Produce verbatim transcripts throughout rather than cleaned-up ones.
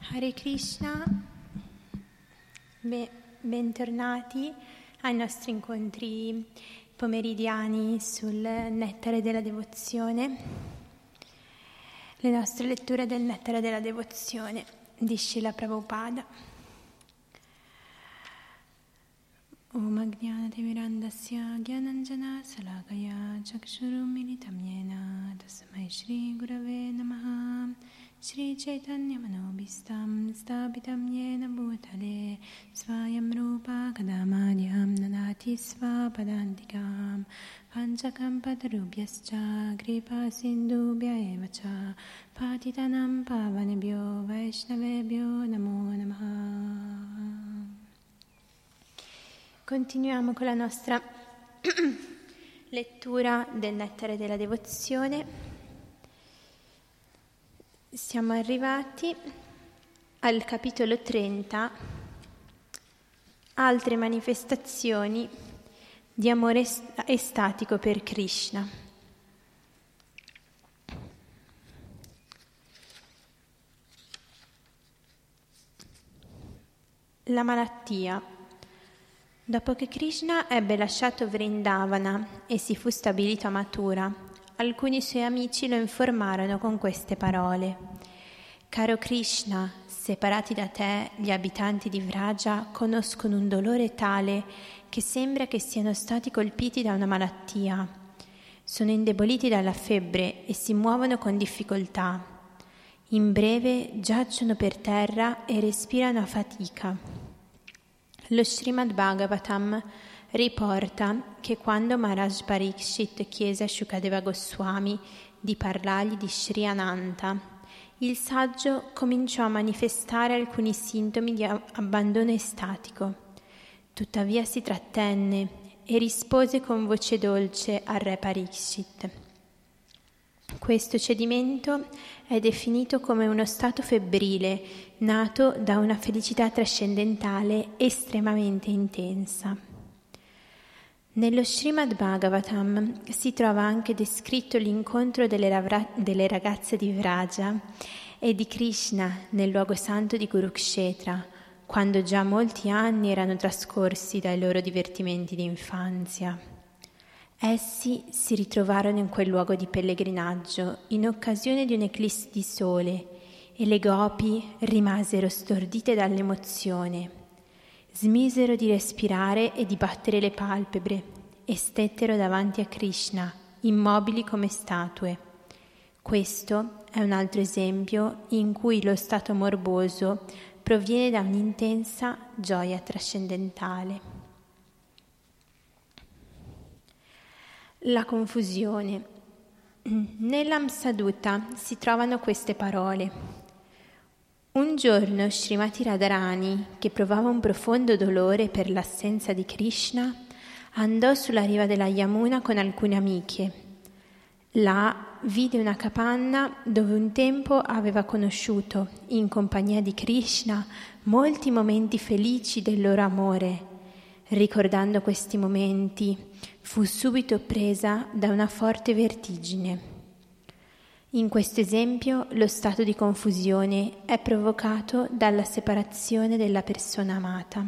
Hare Krishna, Be- bentornati ai nostri incontri pomeridiani sul Nettare della Devozione, le nostre letture del Nettare della Devozione di Srila Prabhupada. Om Ajnana-timirandasya Gyananjana Salakaya Chakshurum Militam Yena Tasmai Shri Gurave Namaha Shri Chaitanya Manobhistam Stapitam Yena Bhutale Svayam Rupa Kadamadhyam Nanati Svapadantikam Panchakam Patarubhyascha Kripa Sindhubhya Evacha Patitanam Pavanebhyo Vaishnavebhyo Namo Namaha. Continuiamo con la nostra lettura del Nettare della Devozione. Siamo arrivati al capitolo trenta, altre manifestazioni di amore estatico per Krishna. La malattia. Dopo che Krishna ebbe lasciato Vrindavana e si fu stabilito a Mathura, alcuni suoi amici lo informarono con queste parole: «Caro Krishna, separati da te, gli abitanti di Vraja conoscono un dolore tale che sembra che siano stati colpiti da una malattia. Sono indeboliti dalla febbre e si muovono con difficoltà. In breve giacciono per terra e respirano a fatica». Lo Srimad Bhagavatam riporta che quando Maharaj Parikshit chiese a Shukadeva Goswami di parlargli di Sri Ananta, il saggio cominciò a manifestare alcuni sintomi di abbandono estatico. Tuttavia si trattenne e rispose con voce dolce al re Parikshit: «Questo cedimento è definito come uno stato febbrile nato da una felicità trascendentale estremamente intensa». Nello Srimad Bhagavatam si trova anche descritto l'incontro delle, ravra- delle ragazze di Vraja e di Krishna nel luogo santo di Kurukshetra, quando già molti anni erano trascorsi dai loro divertimenti di infanzia. Essi si ritrovarono in quel luogo di pellegrinaggio in occasione di un'eclissi di sole e le gopi rimasero stordite dall'emozione. Smisero di respirare e di battere le palpebre e stettero davanti a Krishna, immobili come statue. Questo è un altro esempio in cui lo stato morboso proviene da un'intensa gioia trascendentale. La confusione. Nell'Amsaduta si trovano queste parole: «Un giorno Srimati Radharani, che provava un profondo dolore per l'assenza di Krishna, andò sulla riva della Yamuna con alcune amiche. Là vide una capanna dove un tempo aveva conosciuto, in compagnia di Krishna, molti momenti felici del loro amore. Ricordando questi momenti, fu subito presa da una forte vertigine». In questo esempio, lo stato di confusione è provocato dalla separazione della persona amata.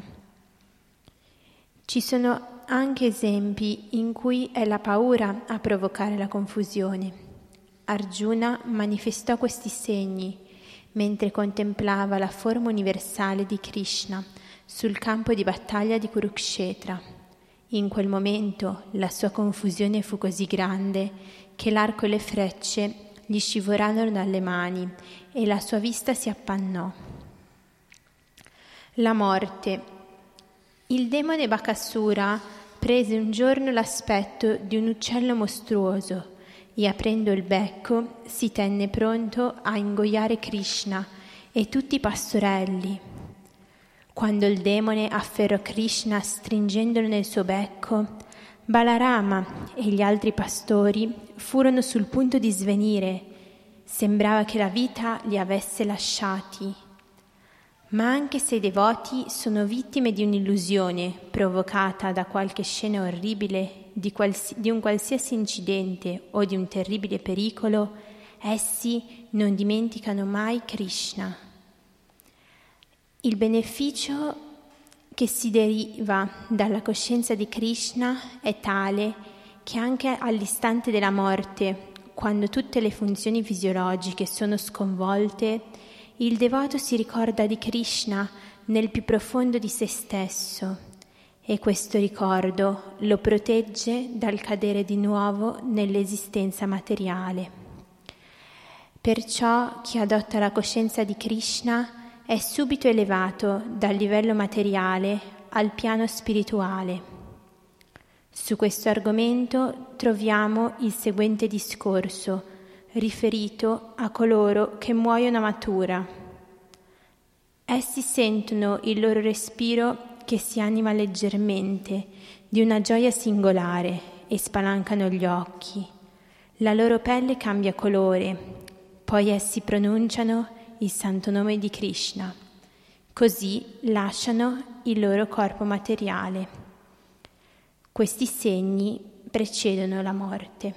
Ci sono anche esempi in cui è la paura a provocare la confusione. Arjuna manifestò questi segni mentre contemplava la forma universale di Krishna sul campo di battaglia di Kurukshetra. In quel momento la sua confusione fu così grande che l'arco e le frecce gli scivolarono dalle mani e la sua vista si appannò. La morte. Il demone Bakasura prese un giorno l'aspetto di un uccello mostruoso e, aprendo il becco, si tenne pronto a ingoiare Krishna e tutti i pastorelli. Quando il demone afferrò Krishna stringendolo nel suo becco, Balarama e gli altri pastori furono sul punto di svenire. Sembrava che la vita li avesse lasciati. Ma anche se i devoti sono vittime di un'illusione provocata da qualche scena orribile, di, quals- di un qualsiasi incidente o di un terribile pericolo, essi non dimenticano mai Krishna. Il beneficio che si deriva dalla coscienza di Krishna è tale che anche all'istante della morte, quando tutte le funzioni fisiologiche sono sconvolte, il devoto si ricorda di Krishna nel più profondo di se stesso e questo ricordo lo protegge dal cadere di nuovo nell'esistenza materiale. Perciò chi adotta la coscienza di Krishna è subito elevato dal livello materiale al piano spirituale. Su questo argomento troviamo il seguente discorso riferito a coloro che muoiono a matura. Essi sentono il loro respiro che si anima leggermente di una gioia singolare e spalancano gli occhi. La loro pelle cambia colore, poi essi pronunciano il santo nome di Krishna. Così lasciano il loro corpo materiale. Questi segni precedono la morte.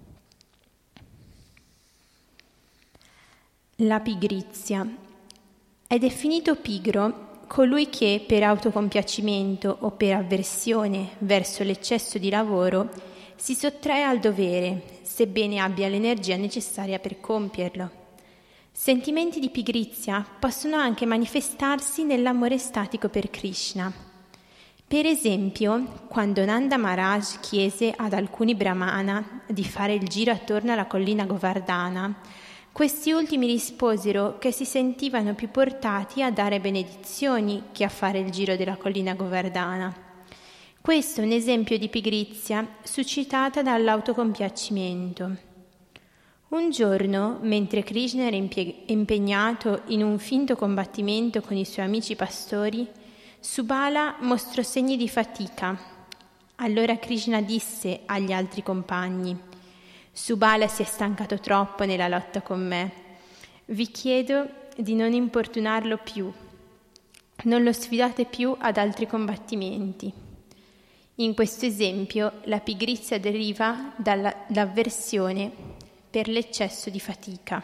La pigrizia. È definito pigro colui che per autocompiacimento o per avversione verso l'eccesso di lavoro si sottrae al dovere, sebbene abbia l'energia necessaria per compierlo. Sentimenti di pigrizia possono anche manifestarsi nell'amore statico per Krishna. Per esempio, quando Nanda Maharaj chiese ad alcuni brahmana di fare il giro attorno alla collina Govardhana, questi ultimi risposero che si sentivano più portati a dare benedizioni che a fare il giro della collina Govardhana. Questo è un esempio di pigrizia suscitata dall'autocompiacimento. Un giorno, mentre Krishna era impie- impegnato in un finto combattimento con i suoi amici pastori, Subala mostrò segni di fatica. Allora Krishna disse agli altri compagni: Subala si è stancato troppo nella lotta con me. Vi chiedo di non importunarlo più. Non lo sfidate più ad altri combattimenti. In questo esempio la pigrizia deriva dall'avversione per l'eccesso di fatica.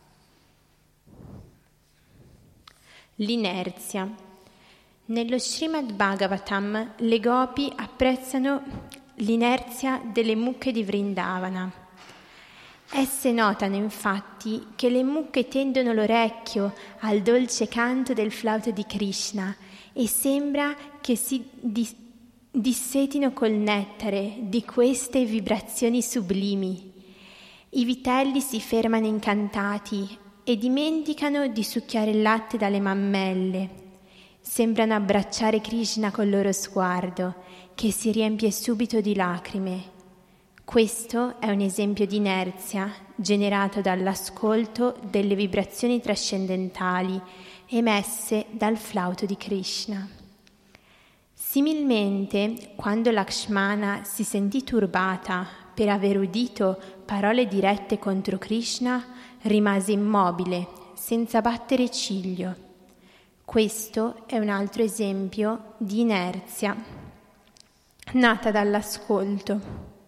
L'inerzia. Nello Srimad Bhagavatam le gopi apprezzano l'inerzia delle mucche di Vrindavana. Esse notano infatti che le mucche tendono l'orecchio al dolce canto del flauto di Krishna e sembra che si dis- dissetino col nettare di queste vibrazioni sublimi. I vitelli si fermano incantati e dimenticano di succhiare il latte dalle mammelle. Sembrano abbracciare Krishna col loro sguardo, che si riempie subito di lacrime. Questo è un esempio di inerzia generato dall'ascolto delle vibrazioni trascendentali emesse dal flauto di Krishna. Similmente, quando Lakshmana si sentì turbata per aver udito parole dirette contro Krishna, rimase immobile, senza battere ciglio. Questo è un altro esempio di inerzia nata dall'ascolto.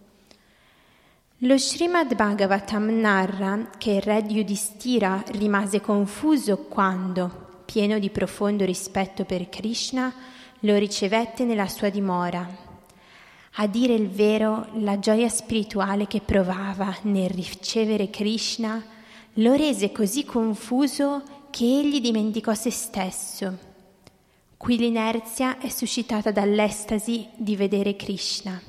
Lo Srimad Bhagavatam narra che il re Yudhishthira rimase confuso quando, pieno di profondo rispetto per Krishna, lo ricevette nella sua dimora. A dire il vero, la gioia spirituale che provava nel ricevere Krishna lo rese così confuso che egli dimenticò se stesso. Qui l'inerzia è suscitata dall'estasi di vedere Krishna.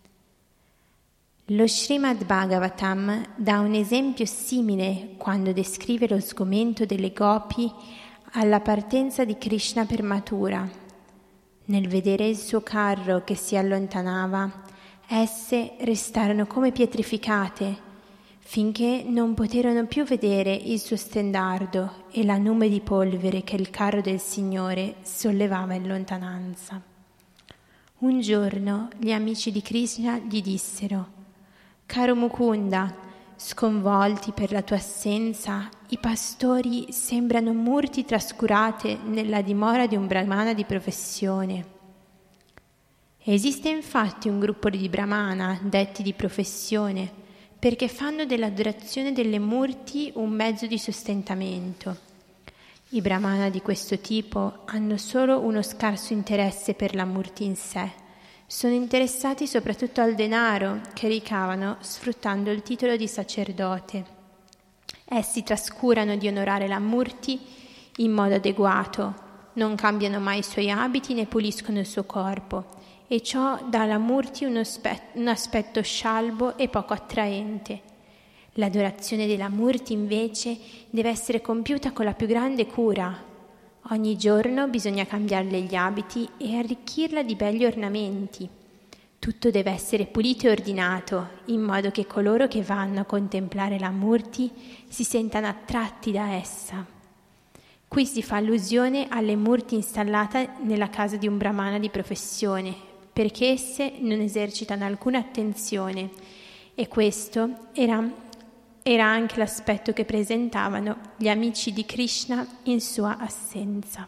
Lo Srimad Bhagavatam dà un esempio simile quando descrive lo sgomento delle gopi alla partenza di Krishna per Mathura. Nel vedere il suo carro che si allontanava, esse restarono come pietrificate, finché non poterono più vedere il suo stendardo e la nume di polvere che il carro del Signore sollevava in lontananza. Un giorno gli amici di Krishna gli dissero: «Caro Mukunda, sconvolti per la tua assenza, i pastori sembrano murti trascurate nella dimora di un brahmana di professione». Esiste infatti un gruppo di brahmana detti di professione perché fanno dell'adorazione delle murti un mezzo di sostentamento. I brahmana di questo tipo hanno solo uno scarso interesse per la murti in sé. Sono interessati soprattutto al denaro che ricavano sfruttando il titolo di sacerdote. Essi trascurano di onorare la murti in modo adeguato, non cambiano mai i suoi abiti né puliscono il suo corpo, e ciò dà alla murti uno spe- un aspetto scialbo e poco attraente. L'adorazione della murti, invece, deve essere compiuta con la più grande cura. Ogni giorno bisogna cambiarle gli abiti e arricchirla di belli ornamenti. Tutto deve essere pulito e ordinato, in modo che coloro che vanno a contemplare la murti si sentano attratti da essa. Qui si fa allusione alle murti installate nella casa di un brahmana di professione, perché esse non esercitano alcuna attenzione, e questo era Era anche l'aspetto che presentavano gli amici di Krishna in sua assenza.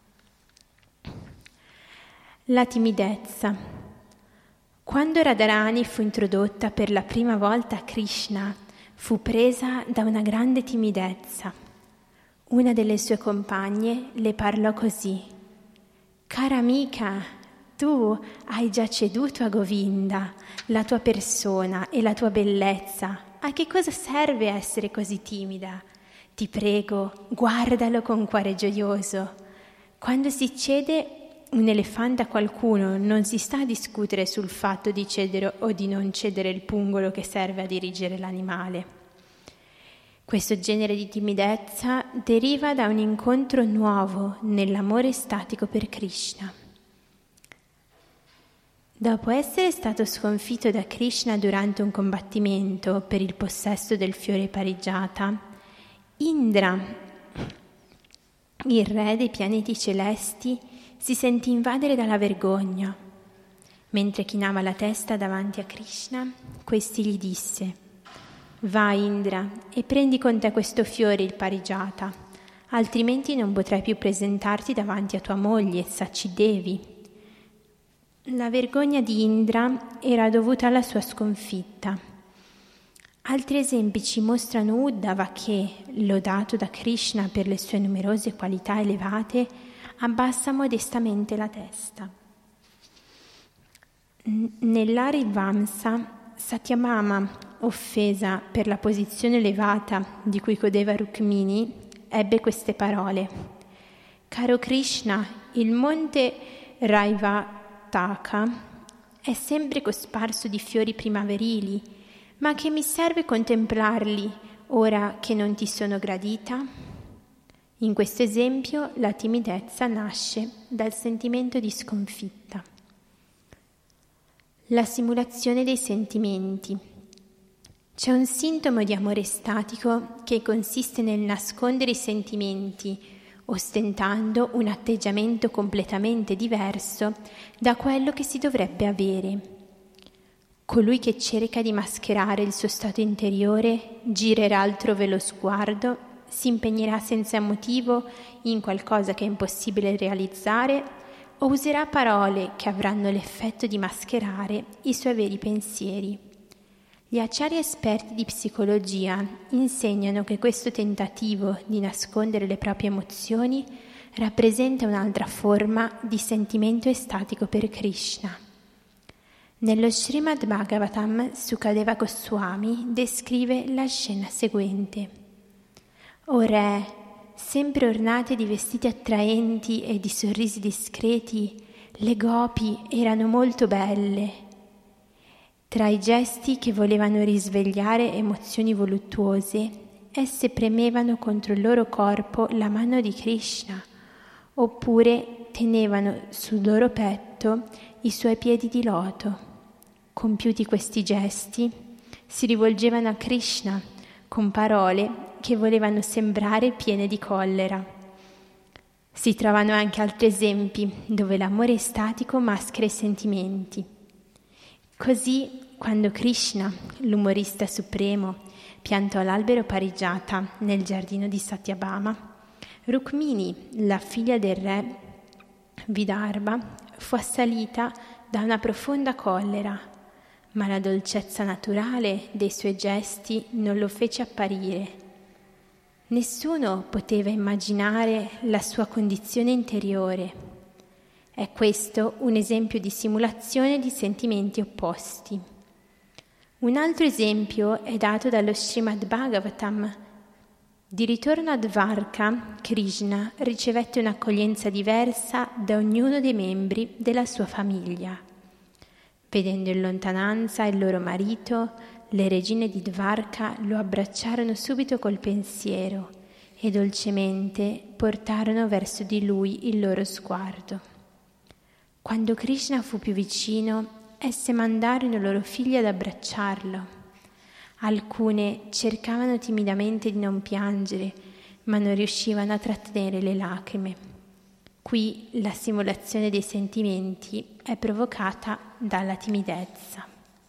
La timidezza. Quando Radharani fu introdotta per la prima volta a Krishna, fu presa da una grande timidezza. Una delle sue compagne le parlò così: «Cara amica, tu hai già ceduto a Govinda, la tua persona e la tua bellezza. A che cosa serve essere così timida? Ti prego, guardalo con cuore gioioso. Quando si cede un elefante a qualcuno, non si sta a discutere sul fatto di cedere o di non cedere il pungolo che serve a dirigere l'animale. Questo genere di timidezza deriva da un incontro nuovo nell'amore estatico per Krishna. Dopo essere stato sconfitto da Krishna durante un combattimento per il possesso del fiore Parijata, Indra, il re dei pianeti celesti, si sentì invadere dalla vergogna. Mentre chinava la testa davanti a Krishna, questi gli disse: «Vai, Indra, e prendi con te questo fiore, il Parijata, altrimenti non potrai più presentarti davanti a tua moglie, Sacidevi». La vergogna di Indra era dovuta alla sua sconfitta. Altri esempi ci mostrano Uddhava che, lodato da Krishna per le sue numerose qualità elevate, abbassa modestamente la testa. Nell'Arivamsa, Satyabhama, offesa per la posizione elevata di cui godeva Rukmini, ebbe queste parole: «Caro Krishna, il monte Raiva Taka è sempre cosparso di fiori primaverili, ma che mi serve contemplarli ora che non ti sono gradita?» In questo esempio la timidezza nasce dal sentimento di sconfitta. La simulazione dei sentimenti. C'è un sintomo di amore estatico che consiste nel nascondere i sentimenti, ostentando un atteggiamento completamente diverso da quello che si dovrebbe avere. Colui che cerca di mascherare il suo stato interiore girerà altrove lo sguardo, si impegnerà senza motivo in qualcosa che è impossibile realizzare o userà parole che avranno l'effetto di mascherare i suoi veri pensieri. Gli acciari esperti di psicologia insegnano che questo tentativo di nascondere le proprie emozioni rappresenta un'altra forma di sentimento estatico per Krishna. Nello Srimad Bhagavatam, Sukadeva Goswami descrive la scena seguente: «O re, sempre ornate di vestiti attraenti e di sorrisi discreti, le gopi erano molto belle. Tra i gesti che volevano risvegliare emozioni voluttuose, esse premevano contro il loro corpo la mano di Krishna, oppure tenevano sul loro petto i suoi piedi di loto. Compiuti questi gesti, si rivolgevano a Krishna con parole che volevano sembrare piene di collera». Si trovano anche altri esempi dove l'amore estatico maschera i sentimenti. Così, quando Krishna, l'umorista supremo, piantò l'albero Parijata nel giardino di Satyabhama, Rukmini, la figlia del re Vidarbha, fu assalita da una profonda collera, ma la dolcezza naturale dei suoi gesti non lo fece apparire. Nessuno poteva immaginare la sua condizione interiore. È questo un esempio di simulazione di sentimenti opposti. Un altro esempio è dato dallo Srimad Bhagavatam. Di ritorno a Dvarka, Krishna ricevette un'accoglienza diversa da ognuno dei membri della sua famiglia. Vedendo in lontananza il loro marito, le regine di Dvarka lo abbracciarono subito col pensiero e dolcemente portarono verso di lui il loro sguardo. Quando Krishna fu più vicino, esse mandarono i loro figli ad abbracciarlo. Alcune cercavano timidamente di non piangere, ma non riuscivano a trattenere le lacrime. Qui la simulazione dei sentimenti è provocata dalla timidezza.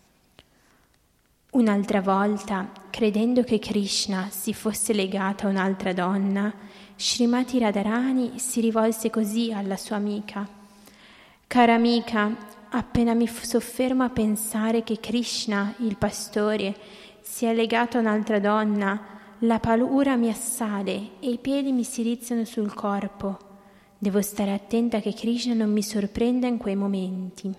Un'altra volta, credendo che Krishna si fosse legato a un'altra donna, Srimati Radharani si rivolse così alla sua amica: «Cara amica, appena mi soffermo a pensare che Krishna, il pastore, sia legato a un'altra donna, la paura mi assale e i peli mi si rizzano sul corpo. Devo stare attenta che Krishna non mi sorprenda in quei momenti».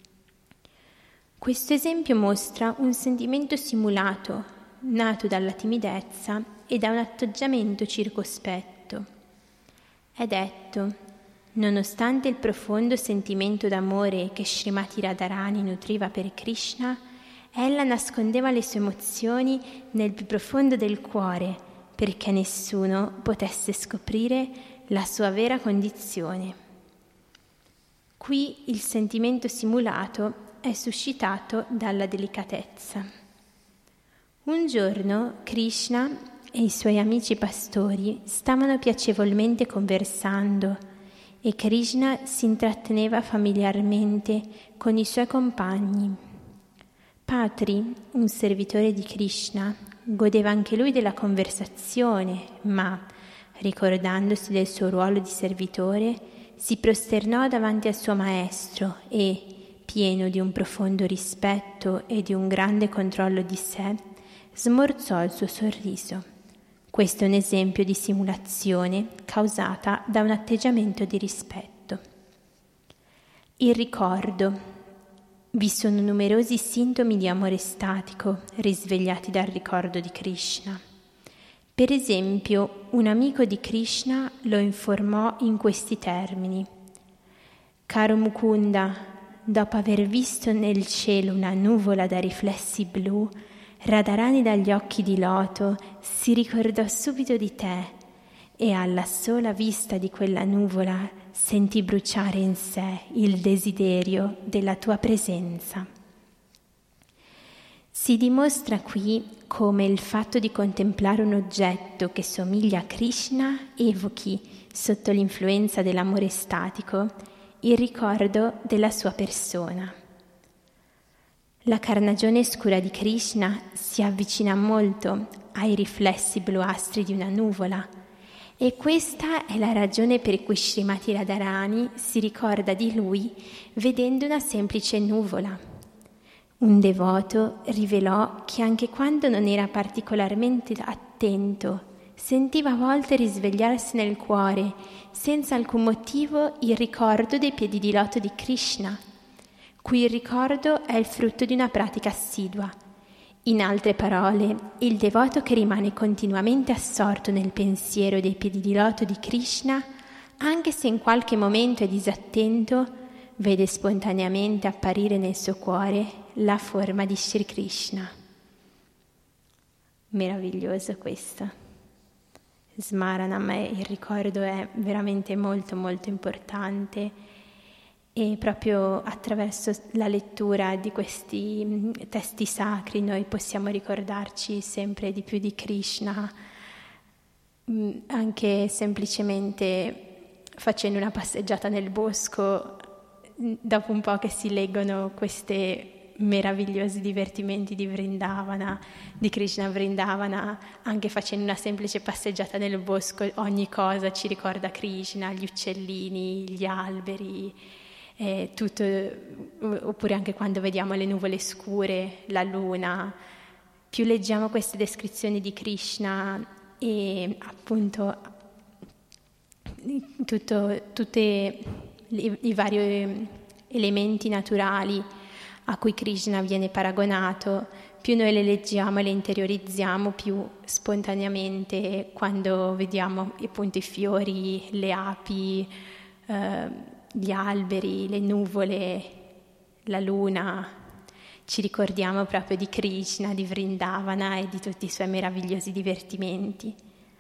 Questo esempio mostra un sentimento simulato, nato dalla timidezza e da un atteggiamento circospetto. È detto: nonostante il profondo sentimento d'amore che Srimati Radharani nutriva per Krishna, ella nascondeva le sue emozioni nel più profondo del cuore perché nessuno potesse scoprire la sua vera condizione. Qui il sentimento simulato è suscitato dalla delicatezza. Un giorno Krishna e i suoi amici pastori stavano piacevolmente conversando e Krishna si intratteneva familiarmente con i suoi compagni. Patri, un servitore di Krishna, godeva anche lui della conversazione, ma, ricordandosi del suo ruolo di servitore, si prosternò davanti al suo maestro e, pieno di un profondo rispetto e di un grande controllo di sé, smorzò il suo sorriso. Questo è un esempio di simulazione causata da un atteggiamento di rispetto. Il ricordo. Vi sono numerosi sintomi di amore statico risvegliati dal ricordo di Krishna. Per esempio, un amico di Krishna lo informò in questi termini: «Caro Mukunda, dopo aver visto nel cielo una nuvola da riflessi blu, Radharani dagli occhi di loto si ricordò subito di te e alla sola vista di quella nuvola sentì bruciare in sé il desiderio della tua presenza». Si dimostra qui come il fatto di contemplare un oggetto che somiglia a Krishna evochi, sotto l'influenza dell'amore statico, il ricordo della sua persona. La carnagione scura di Krishna si avvicina molto ai riflessi bluastri di una nuvola e questa è la ragione per cui Srimati Radharani si ricorda di lui vedendo una semplice nuvola. Un devoto rivelò che anche quando non era particolarmente attento, sentiva a volte risvegliarsi nel cuore, senza alcun motivo, il ricordo dei piedi di loto di Krishna. Qui il ricordo è il frutto di una pratica assidua. In altre parole, il devoto che rimane continuamente assorto nel pensiero dei piedi di loto di Krishna, anche se in qualche momento è disattento, vede spontaneamente apparire nel suo cuore la forma di Shri Krishna. Meraviglioso questo. Smaranam, il ricordo è veramente molto molto importante e proprio attraverso la lettura di questi testi sacri noi possiamo ricordarci sempre di più di Krishna, anche semplicemente facendo una passeggiata nel bosco. Dopo un po' che si leggono questi meravigliosi divertimenti di Vrindavana, di Krishna Vrindavana, anche facendo una semplice passeggiata nel bosco, ogni cosa ci ricorda Krishna, gli uccellini, gli alberi, eh, tutto, oppure anche quando vediamo le nuvole scure, la luna. Più leggiamo queste descrizioni di Krishna, e appunto tutto, tutti i, i vari elementi naturali a cui Krishna viene paragonato, più noi le leggiamo e le interiorizziamo, più spontaneamente quando vediamo appunto i fiori, le api, eh, gli alberi, le nuvole, la luna, ci ricordiamo proprio di Krishna, di Vrindavana e di tutti i suoi meravigliosi divertimenti.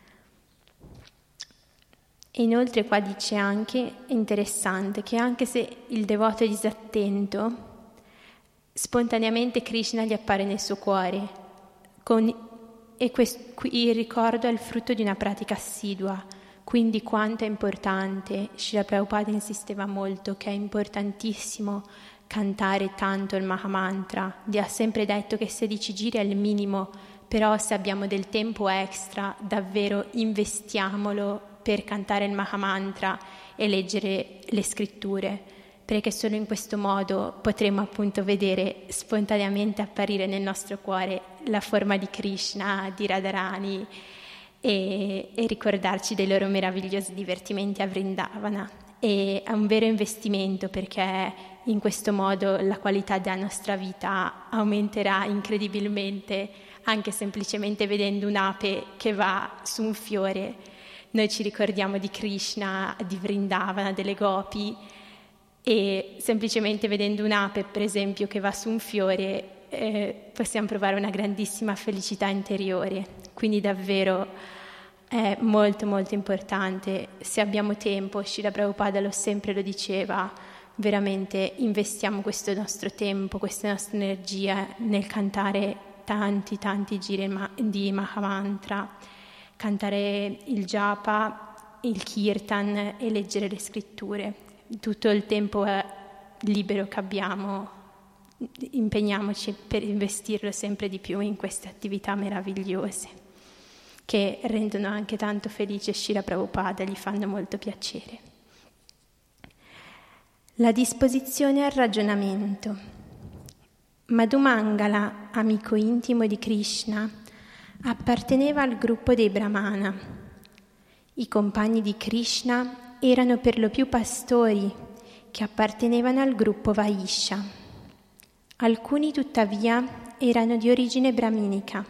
E inoltre qua dice anche, è interessante, che anche se il devoto è disattento, spontaneamente Krishna gli appare nel suo cuore, con, e questo, il ricordo è il frutto di una pratica assidua, quindi quanto è importante. Srila Prabhupada insisteva molto che è importantissimo cantare tanto il Mahamantra. Gli ha sempre detto che sedici giri è il minimo, però se abbiamo del tempo extra, davvero investiamolo per cantare il Mahamantra e leggere le scritture, perché solo in questo modo potremo appunto vedere spontaneamente apparire nel nostro cuore la forma di Krishna, di Radharani e, e ricordarci dei loro meravigliosi divertimenti a Vrindavana. E è un vero investimento, perché in questo modo la qualità della nostra vita aumenterà incredibilmente, anche semplicemente vedendo un'ape che va su un fiore. Noi ci ricordiamo di Krishna, di Vrindavana, delle gopi, e semplicemente vedendo un'ape, per esempio, che va su un fiore, eh, possiamo provare una grandissima felicità interiore. Quindi davvero è molto molto importante. Se abbiamo tempo, Srila Prabhupada lo sempre lo diceva, veramente investiamo questo nostro tempo, questa nostra energia nel cantare tanti tanti giri di Mahamantra, cantare il japa, il kirtan e leggere le scritture. Tutto il tempo libero che abbiamo, impegniamoci per investirlo sempre di più in queste attività meravigliose che rendono anche tanto felice Srila Prabhupada, gli fanno molto piacere. La disposizione al ragionamento. Madhumangala, amico intimo di Krishna, apparteneva al gruppo dei Brahmana. I compagni di Krishna erano per lo più pastori che appartenevano al gruppo Vaishya. Alcuni tuttavia erano di origine brahminica.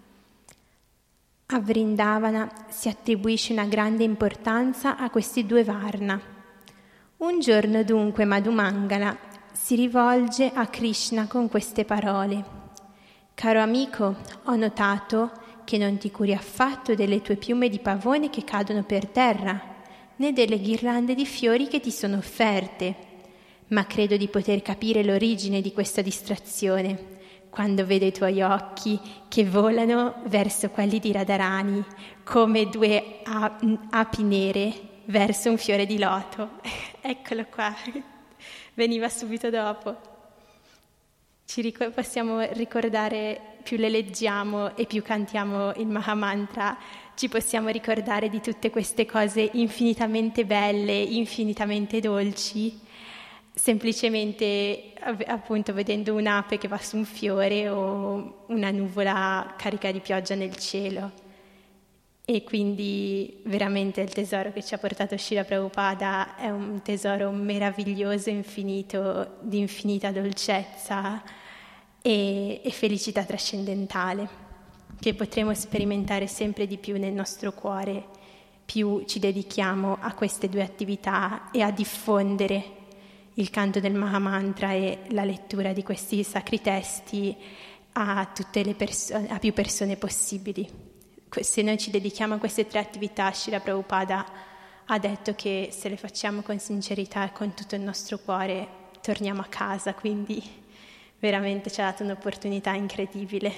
A Vrindavana si attribuisce una grande importanza a questi due varna. Un giorno dunque Madhumangala si rivolge a Krishna con queste parole: «Caro amico, ho notato che non ti curi affatto delle tue piume di pavone che cadono per terra, né delle ghirlande di fiori che ti sono offerte, ma credo di poter capire l'origine di questa distrazione quando vedo i tuoi occhi che volano verso quelli di Radharani come due api nere verso un fiore di loto». Eccolo qua, veniva subito dopo. Ci ric- possiamo ricordare, più le leggiamo e più cantiamo il Mahamantra, ci possiamo ricordare di tutte queste cose infinitamente belle, infinitamente dolci, semplicemente appunto vedendo un'ape che va su un fiore o una nuvola carica di pioggia nel cielo. E quindi veramente il tesoro che ci ha portato Srila Prabhupada è un tesoro meraviglioso, infinito, di infinita dolcezza e, e felicità trascendentale, che potremo sperimentare sempre di più nel nostro cuore, più ci dedichiamo a queste due attività e a diffondere il canto del Mahamantra e la lettura di questi sacri testi a tutte le persone, a più persone possibili. Se noi ci dedichiamo a queste tre attività, Srila Prabhupada ha detto che se le facciamo con sincerità e con tutto il nostro cuore torniamo a casa, quindi veramente ci ha dato un'opportunità incredibile.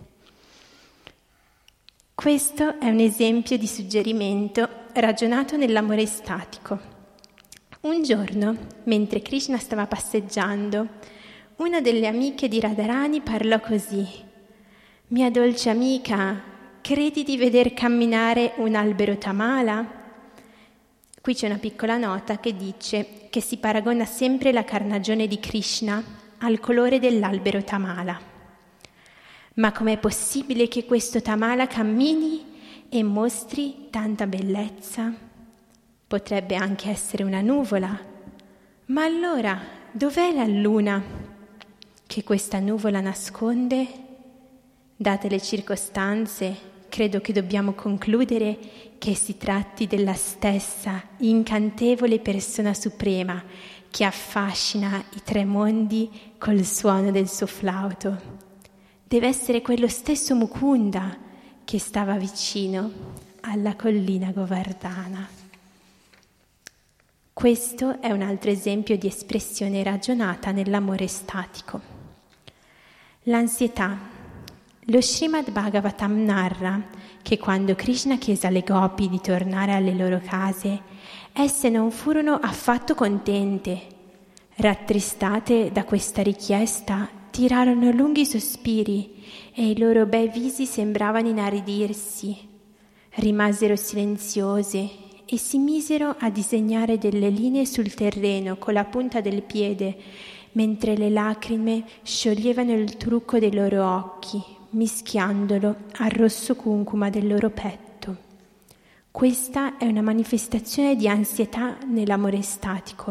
Questo è un esempio di suggerimento ragionato nell'amore estatico. Un giorno, mentre Krishna stava passeggiando, una delle amiche di Radharani parlò così: «Mia dolce amica, credi di veder camminare un albero tamala?» Qui c'è una piccola nota che dice che si paragona sempre la carnagione di Krishna al colore dell'albero tamala. Ma com'è possibile che questo tamala cammini e mostri tanta bellezza? Potrebbe anche essere una nuvola. Ma allora, dov'è la luna che questa nuvola nasconde? Date le circostanze, credo che dobbiamo concludere che si tratti della stessa incantevole persona suprema che affascina i tre mondi col suono del suo flauto. Deve essere quello stesso Mukunda che stava vicino alla collina Govardhana. Questo è un altro esempio di espressione ragionata nell'amore estatico. L'ansietà. Lo Srimad Bhagavatam narra che quando Krishna chiese alle gopi di tornare alle loro case, esse non furono affatto contente. Rattristate da questa richiesta, tirarono lunghi sospiri e i loro bei visi sembravano inaridirsi. Rimasero silenziose e si misero a disegnare delle linee sul terreno con la punta del piede, mentre le lacrime scioglievano il trucco dei loro occhi, mischiandolo al rosso cuncuma del loro petto. Questa è una manifestazione di ansietà nell'amore estatico.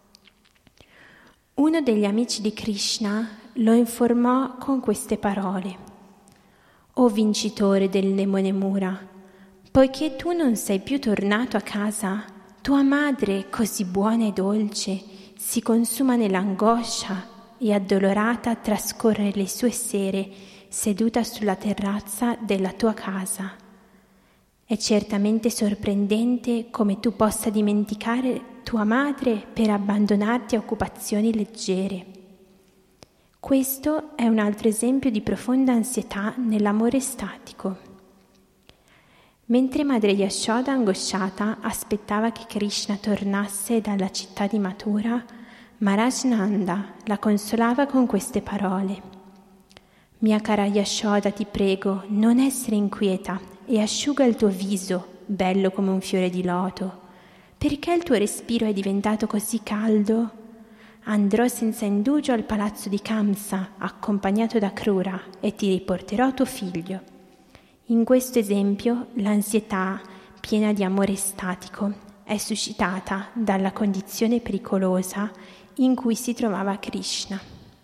Uno degli amici di Krishna lo informò con queste parole: «O vincitore del Nemonemura, poiché tu non sei più tornato a casa, tua madre, così buona e dolce, si consuma nell'angoscia e addolorata trascorre le sue sere seduta sulla terrazza della tua casa. È certamente sorprendente come tu possa dimenticare tua madre per abbandonarti a occupazioni leggere». Questo è un altro esempio di profonda ansietà nell'amore estatico. Mentre madre Yashoda, angosciata, aspettava che Krishna tornasse dalla città di Mathura, Maharaj Nanda la consolava con queste parole: «Mia cara Yashoda, ti prego, non essere inquieta e asciuga il tuo viso, bello come un fiore di loto. Perché il tuo respiro è diventato così caldo? Andrò senza indugio al palazzo di Kamsa, accompagnato da Krura, e ti riporterò tuo figlio». In questo esempio, l'ansietà, piena di amore estatico, è suscitata dalla condizione pericolosa in cui si trovava Krishna.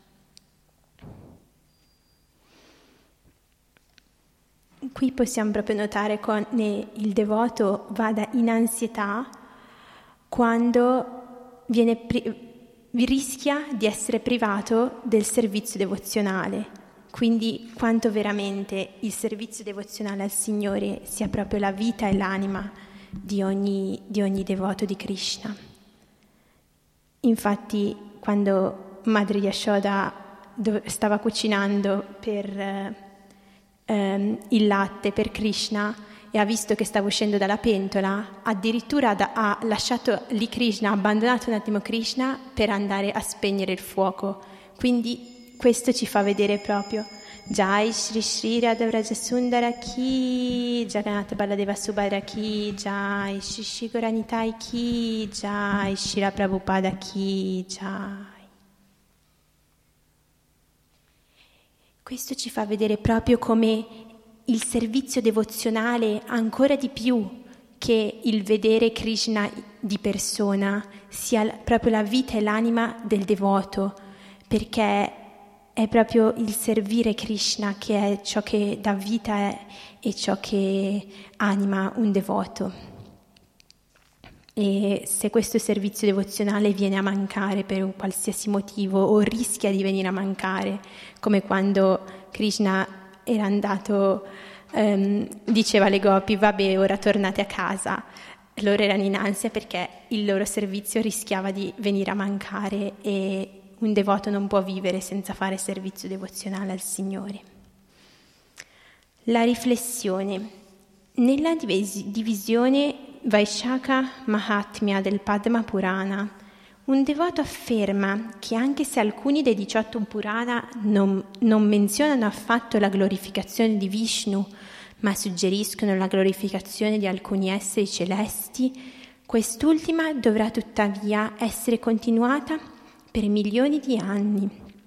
Qui possiamo proprio notare come il devoto vada in ansietà quando viene pri- rischia di essere privato del servizio devozionale. Quindi quanto veramente il servizio devozionale al Signore sia proprio la vita e l'anima di ogni, di ogni devoto di Krishna. Infatti, quando Madre Yashoda stava cucinando per ehm, il latte per Krishna e ha visto che stava uscendo dalla pentola, addirittura da, ha lasciato lì Krishna, ha abbandonato un attimo Krishna per andare a spegnere il fuoco. Quindi questo ci fa vedere proprio Jai Shri Shri Radha Vraja Sundara Ki, Jagannath Baladeva Subhadra Ki, Jai Shri Shri Gauranitai Ki, Jai Shri Prabhupada Ki, Jai. Questo ci fa vedere proprio come il servizio devozionale, ancora di più che il vedere Krishna di persona, sia proprio la vita e l'anima del devoto, perché è proprio il servire Krishna che è ciò che dà vita e ciò che anima un devoto. E se questo servizio devozionale viene a mancare per un qualsiasi motivo o rischia di venire a mancare, come quando Krishna era andato, ehm, diceva alle gopi: vabbè, ora tornate a casa. Loro erano in ansia perché il loro servizio rischiava di venire a mancare e un devoto non può vivere senza fare servizio devozionale al Signore. La riflessione. Nella divisione Vaishaka Mahatmya del Padma Purana, un devoto afferma che anche se alcuni dei diciotto Purana non, non menzionano affatto la glorificazione di Vishnu, ma suggeriscono la glorificazione di alcuni esseri celesti, quest'ultima dovrà tuttavia essere continuata per milioni di anni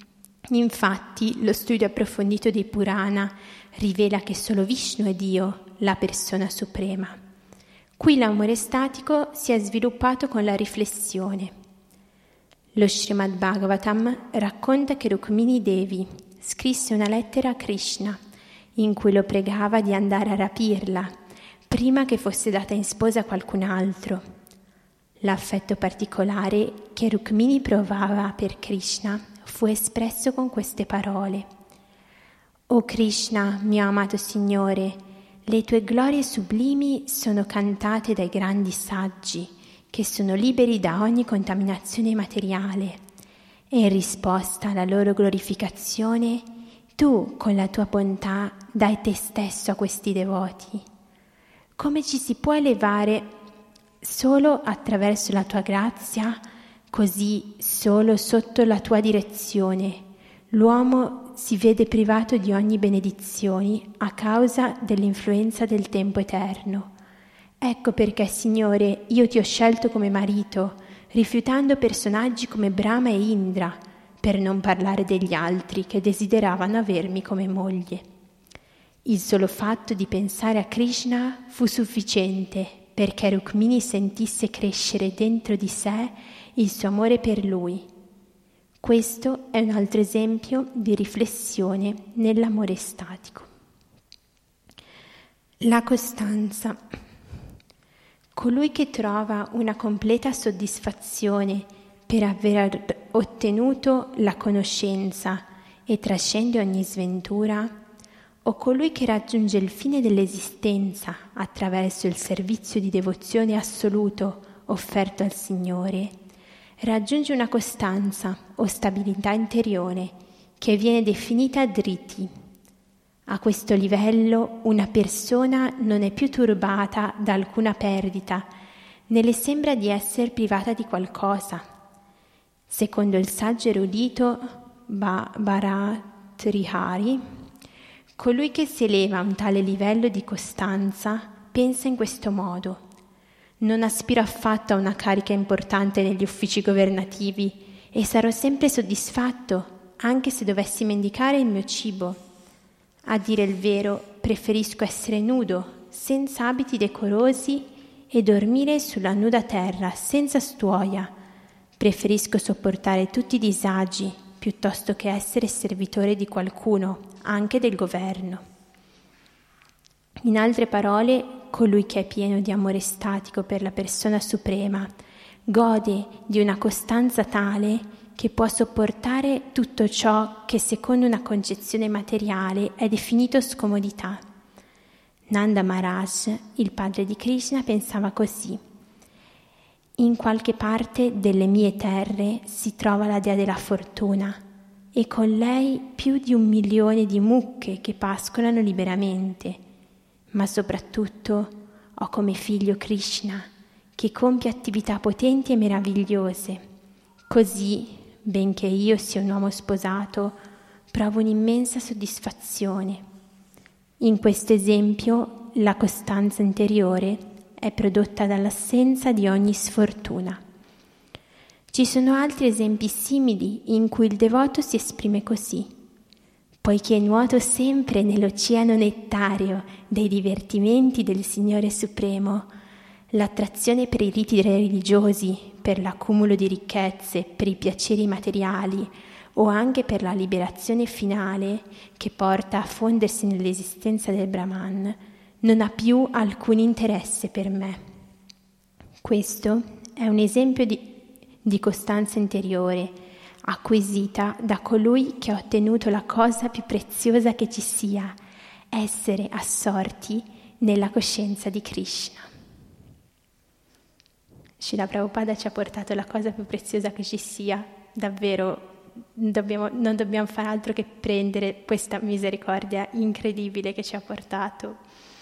Infatti, lo studio approfondito dei Purana rivela che solo Vishnu è Dio, la persona suprema. Qui l'amore estatico si è sviluppato con la riflessione. Lo Srimad Bhagavatam racconta che Rukmini Devi scrisse una lettera a Krishna in cui lo pregava di andare a rapirla prima che fosse data in sposa a qualcun altro. L'affetto particolare che Rukmini provava per Krishna fu espresso con queste parole: «O Krishna, mio amato Signore, le tue glorie sublimi sono cantate dai grandi saggi, che sono liberi da ogni contaminazione materiale, e in risposta alla loro glorificazione, tu, con la tua bontà, dai te stesso a questi devoti. Come ci si può elevare solo attraverso la tua grazia, così solo sotto la tua direzione l'uomo si vede privato di ogni benedizione a causa dell'influenza del tempo eterno. Ecco perché, Signore, io ti ho scelto come marito, rifiutando personaggi come Brahma e Indra, per non parlare degli altri che desideravano avermi come moglie. Il solo fatto di pensare a Krishna fu sufficiente perché Rukmini sentisse crescere dentro di sé il suo amore per lui. Questo è un altro esempio di riflessione nell'amore estatico. La costanza. Colui che trova una completa soddisfazione per aver ottenuto la conoscenza e trascende ogni sventura, o colui che raggiunge il fine dell'esistenza attraverso il servizio di devozione assoluto offerto al Signore, raggiunge una costanza o stabilità interiore che viene definita driti. A questo livello una persona non è più turbata da alcuna perdita, né le sembra di essere privata di qualcosa. Secondo il saggio erudito Bharatrihari, colui che si eleva a un tale livello di costanza pensa in questo modo: non aspiro affatto a una carica importante negli uffici governativi e sarò sempre soddisfatto anche se dovessi mendicare il mio cibo. A dire il vero, preferisco essere nudo, senza abiti decorosi, e dormire sulla nuda terra, senza stuoia. Preferisco sopportare tutti i disagi, piuttosto che essere servitore di qualcuno, anche del governo. In altre parole, colui che è pieno di amore estatico per la persona suprema gode di una costanza tale che può sopportare tutto ciò che secondo una concezione materiale è definito scomodità. Nanda Maharaj, il padre di Krishna, pensava così: in qualche parte delle mie terre si trova la dea della fortuna e con lei più di un milione di mucche che pascolano liberamente, ma soprattutto ho come figlio Krishna che compie attività potenti e meravigliose. Così, benché io sia un uomo sposato, provo un'immensa soddisfazione. In questo esempio, la costanza interiore è prodotta dall'assenza di ogni sfortuna. Ci sono altri esempi simili in cui il devoto si esprime così: poiché nuoto sempre nell'oceano nettario dei divertimenti del Signore Supremo, l'attrazione per i riti religiosi, per l'accumulo di ricchezze, per i piaceri materiali o anche per la liberazione finale che porta a fondersi nell'esistenza del Brahman, non ha più alcun interesse per me. Questo è un esempio di, di costanza interiore acquisita da colui che ha ottenuto la cosa più preziosa che ci sia, essere assorti nella coscienza di Krishna. Srila Prabhupada ci ha portato la cosa più preziosa che ci sia, davvero dobbiamo, non dobbiamo fare altro che prendere questa misericordia incredibile che ci ha portato.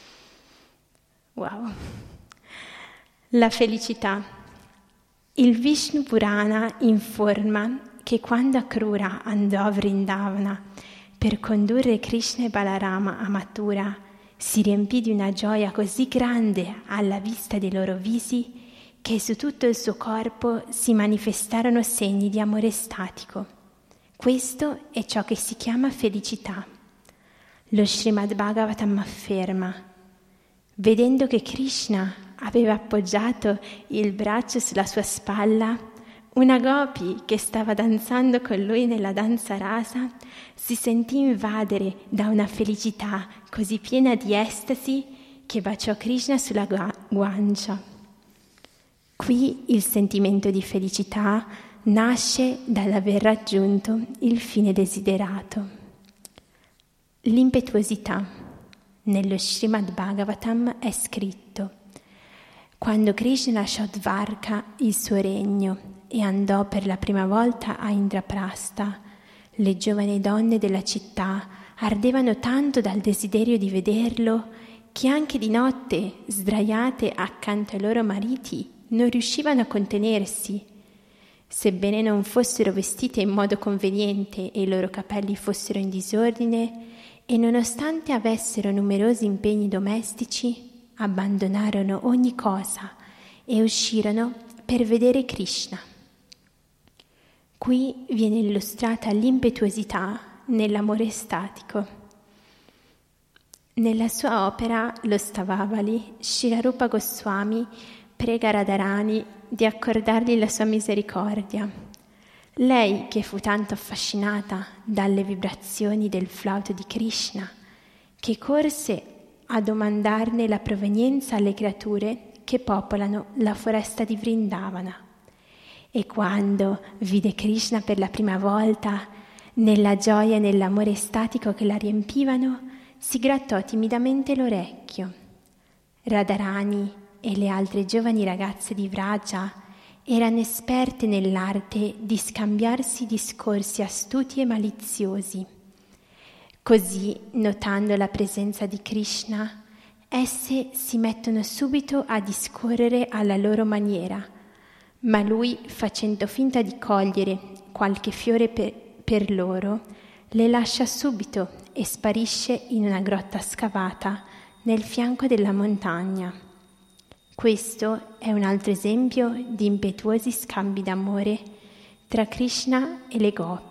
Wow! La felicità. Il Vishnu Purana informa che quando Akrura andò a Vrindavana per condurre Krishna e Balarama a Mathura, si riempì di una gioia così grande alla vista dei loro visi che su tutto il suo corpo si manifestarono segni di amore estatico. Questo è ciò che si chiama felicità. Lo Srimad Bhagavatam afferma: vedendo che Krishna aveva appoggiato il braccio sulla sua spalla, una gopi che stava danzando con lui nella danza rasa si sentì invadere da una felicità così piena di estasi che baciò Krishna sulla gu- guancia. Qui il sentimento di felicità nasce dall'aver raggiunto il fine desiderato. L'impetuosità. Nello Srimad Bhagavatam è scritto: quando Krishna lasciò Dvarka, il suo regno, e andò per la prima volta a Indraprastha, le giovani donne della città ardevano tanto dal desiderio di vederlo che anche di notte, sdraiate accanto ai loro mariti, non riuscivano a contenersi. Sebbene non fossero vestite in modo conveniente e i loro capelli fossero in disordine, e nonostante avessero numerosi impegni domestici, abbandonarono ogni cosa e uscirono per vedere Krishna. Qui viene illustrata l'impetuosità nell'amore estatico. Nella sua opera Lo Stavavali, Srila Rupa Goswami prega Radharani di accordargli la sua misericordia. Lei, che fu tanto affascinata dalle vibrazioni del flauto di Krishna, che corse a domandarne la provenienza alle creature che popolano la foresta di Vrindavana. E quando vide Krishna per la prima volta, nella gioia e nell'amore estatico che la riempivano, si grattò timidamente l'orecchio. Radharani e le altre giovani ragazze di Vraja erano esperte nell'arte di scambiarsi discorsi astuti e maliziosi. Così, notando la presenza di Krishna, esse si mettono subito a discorrere alla loro maniera, ma lui, facendo finta di cogliere qualche fiore per, per loro, le lascia subito e sparisce in una grotta scavata nel fianco della montagna. Questo è un altro esempio di impetuosi scambi d'amore tra Krishna e le gopi.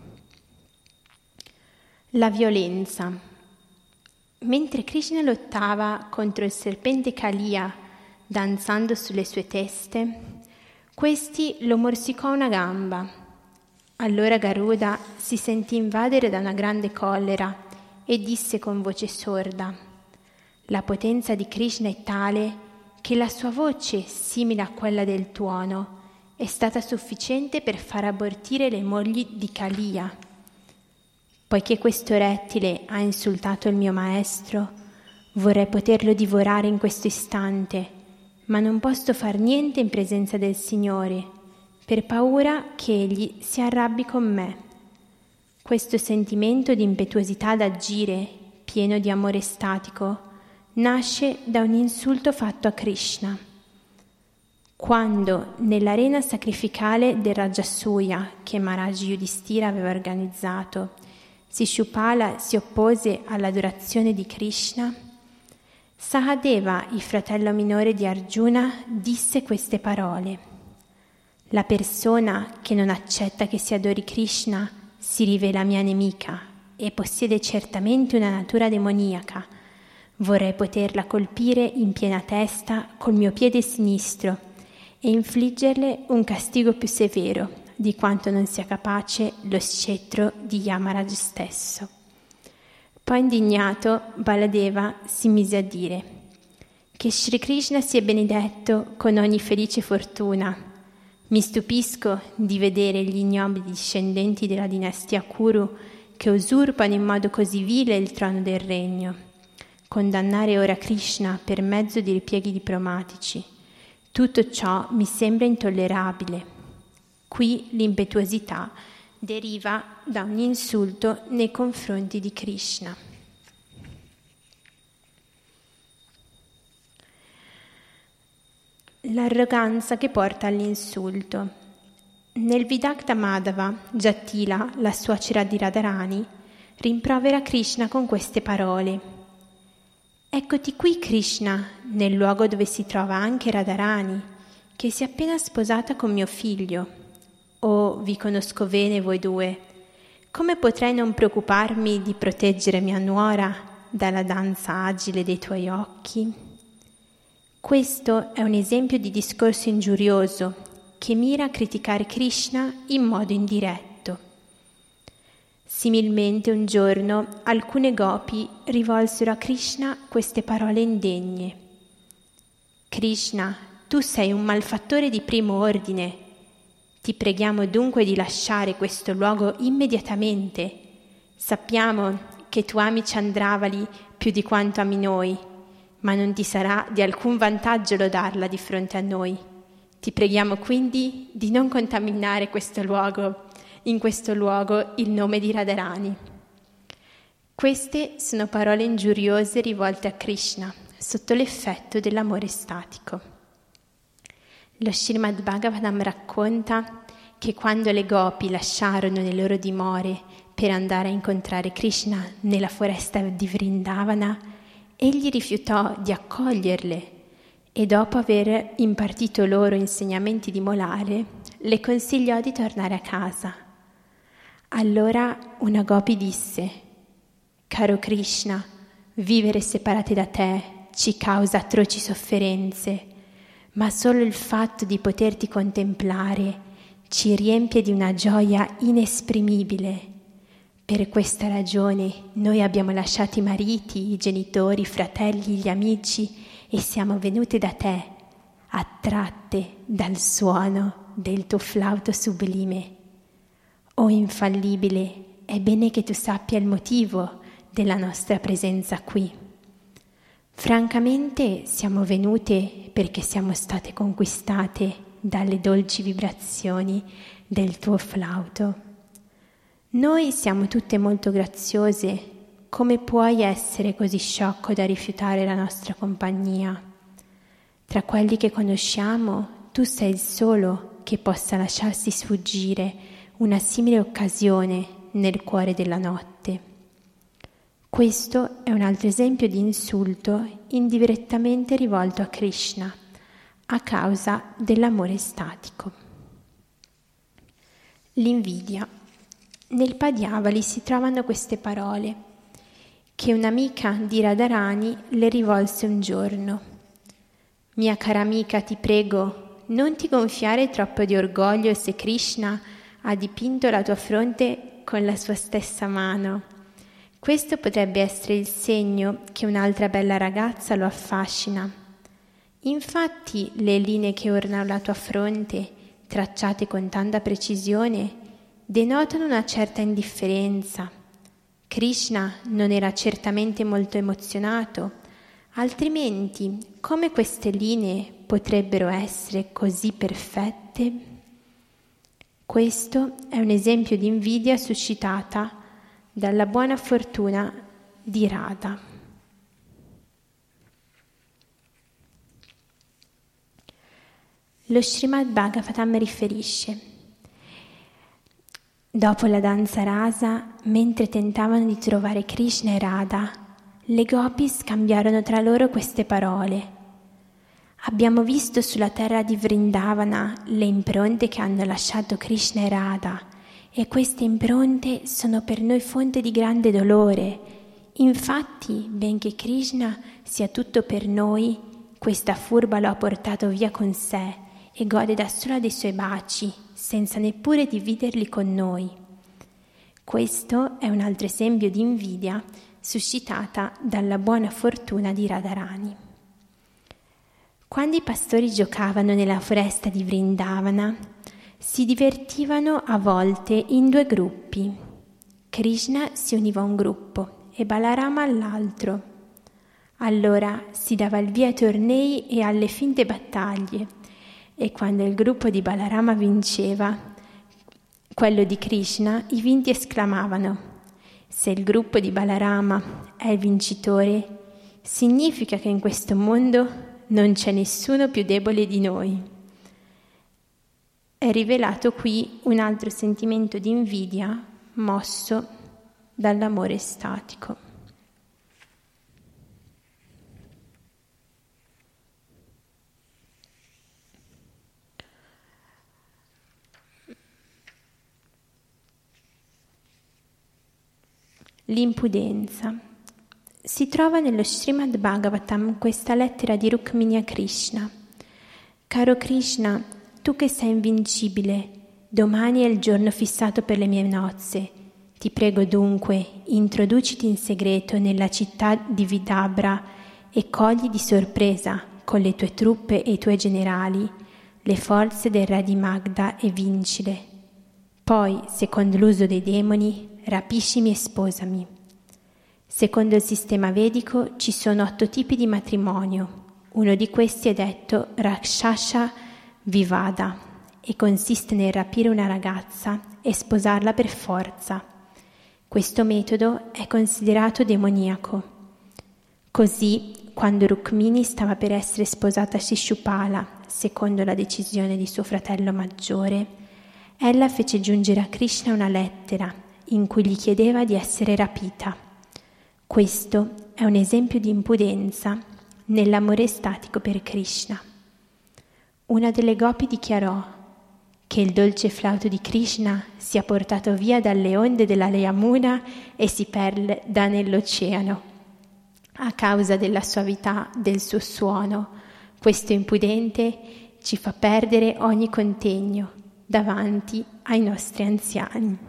La violenza. Mentre Krishna lottava contro il serpente Kaliya, danzando sulle sue teste, questi lo morsicò una gamba. Allora Garuda si sentì invadere da una grande collera e disse con voce sorda: la potenza di Krishna è tale che la sua voce, simile a quella del tuono, è stata sufficiente per far abortire le mogli di Kaliya. Poiché questo rettile ha insultato il mio maestro, vorrei poterlo divorare in questo istante, ma non posso far niente in presenza del Signore, per paura che egli si arrabbi con me. Questo sentimento di impetuosità d'agire, pieno di amore estatico, nasce da un insulto fatto a Krishna. Quando nell'arena sacrificale del Rajasuya, che Maharaj Yudhishthira aveva organizzato, Shishupala si oppose all'adorazione di Krishna, Sahadeva, il fratello minore di Arjuna, disse queste parole: la persona che non accetta che si adori Krishna si rivela mia nemica e possiede certamente una natura demoniaca. Vorrei poterla colpire in piena testa col mio piede sinistro e infliggerle un castigo più severo di quanto non sia capace lo scettro di Yamaraj stesso. Poi indignato, Baladeva si mise a dire: che Sri Krishna sia benedetto con ogni felice fortuna. Mi stupisco di vedere gli ignobili discendenti della dinastia Kuru che usurpano in modo così vile il trono del regno. Condannare ora Krishna per mezzo di ripieghi diplomatici. Tutto ciò mi sembra intollerabile. Qui l'impetuosità deriva da un insulto nei confronti di Krishna. L'arroganza che porta all'insulto. Nel Vidakta Madhava, Jatila, la suocera di Radharani, rimprovera Krishna con queste parole: eccoti qui Krishna, nel luogo dove si trova anche Radharani, che si è appena sposata con mio figlio. Oh, vi conosco bene voi due. come potrei non preoccuparmi di proteggere mia nuora dalla danza agile dei tuoi occhi? Questo è un esempio di discorso ingiurioso che mira a criticare Krishna in modo indiretto. Similmente un giorno alcune gopi rivolsero a Krishna queste parole indegne. Krishna, tu sei un malfattore di primo ordine. Ti preghiamo dunque di lasciare questo luogo immediatamente. Sappiamo che tu ami Chandravali più di quanto ami noi, ma non ti sarà di alcun vantaggio lodarla di fronte a noi. Ti preghiamo quindi di non contaminare questo luogo, in questo luogo il nome di Radharani. Queste sono parole ingiuriose rivolte a Krishna sotto l'effetto dell'amore statico. Lo Srimad Bhagavatam racconta che quando le gopi lasciarono le loro dimore per andare a incontrare Krishna nella foresta di Vrindavana, egli rifiutò di accoglierle e dopo aver impartito loro insegnamenti di morale, le consigliò di tornare a casa. Allora una gopi disse: «Caro Krishna, vivere separate da te ci causa atroci sofferenze, ma solo il fatto di poterti contemplare ci riempie di una gioia inesprimibile. Per questa ragione noi abbiamo lasciato i mariti, i genitori, i fratelli, gli amici e siamo venute da te, attratte dal suono del tuo flauto sublime. O infallibile, è bene che tu sappia il motivo della nostra presenza qui. Francamente siamo venute perché siamo state conquistate dalle dolci vibrazioni del tuo flauto. Noi siamo tutte molto graziose. Come puoi essere così sciocco da rifiutare la nostra compagnia? Tra quelli che conosciamo, tu sei il solo che possa lasciarsi sfuggire una simile occasione nel cuore della notte. Questo è un altro esempio di insulto indirettamente rivolto a Krishna a causa dell'amore statico. L'invidia. Nel Padyavali si trovano queste parole che un'amica di Radharani le rivolse un giorno. Mia cara amica, ti prego, non ti gonfiare troppo di orgoglio se Krishna ha dipinto la tua fronte con la sua stessa mano. Questo potrebbe essere il segno che un'altra bella ragazza lo affascina. Infatti, le linee che ornano la tua fronte, tracciate con tanta precisione, denotano una certa indifferenza. Krishna non era certamente molto emozionato, altrimenti come queste linee potrebbero essere così perfette? Questo è un esempio di invidia suscitata dalla buona fortuna di Radha. Lo Srimad Bhagavatam riferisce: dopo la danza rasa, mentre tentavano di trovare Krishna e Radha, le gopi scambiarono tra loro queste parole. Abbiamo visto sulla terra di Vrindavana le impronte che hanno lasciato Krishna e Radha, e queste impronte sono per noi fonte di grande dolore. Infatti, benché Krishna sia tutto per noi, questa furba lo ha portato via con sé e gode da sola dei suoi baci, senza neppure dividerli con noi. Questo è un altro esempio di invidia suscitata dalla buona fortuna di Radharani. Quando i pastori giocavano nella foresta di Vrindavana, si divertivano a volte in due gruppi. Krishna si univa a un gruppo e Balarama all'altro. Allora si dava il via ai tornei e alle finte battaglie, e quando il gruppo di Balarama vinceva, quello di Krishna, i vinti esclamavano: se il gruppo di Balarama è il vincitore, significa che in questo mondo non c'è nessuno più debole di noi. È rivelato qui un altro sentimento di invidia mosso dall'amore statico. L'impudenza. Si trova nello Srimad Bhagavatam questa lettera di Rukmini a Krishna. Caro Krishna, tu che sei invincibile, domani è il giorno fissato per le mie nozze. Ti prego dunque, introduciti in segreto nella città di Vidabra e cogli di sorpresa, con le tue truppe e i tuoi generali, le forze del re di Magda e vincile. Poi, secondo l'uso dei demoni, rapiscimi e sposami. Secondo il sistema vedico ci sono otto tipi di matrimonio. Uno di questi è detto Rakshasa Vivada e consiste nel rapire una ragazza e sposarla per forza. Questo metodo è considerato demoniaco. Così, quando Rukmini stava per essere sposata a Shishupala, secondo la decisione di suo fratello maggiore, ella fece giungere a Krishna una lettera in cui gli chiedeva di essere rapita. Questo è un esempio di impudenza nell'amore estatico per Krishna. Una delle gopi dichiarò che il dolce flauto di Krishna sia portato via dalle onde della Yamuna e si perda nell'oceano. A causa della suavità del suo suono, questo impudente ci fa perdere ogni contegno davanti ai nostri anziani.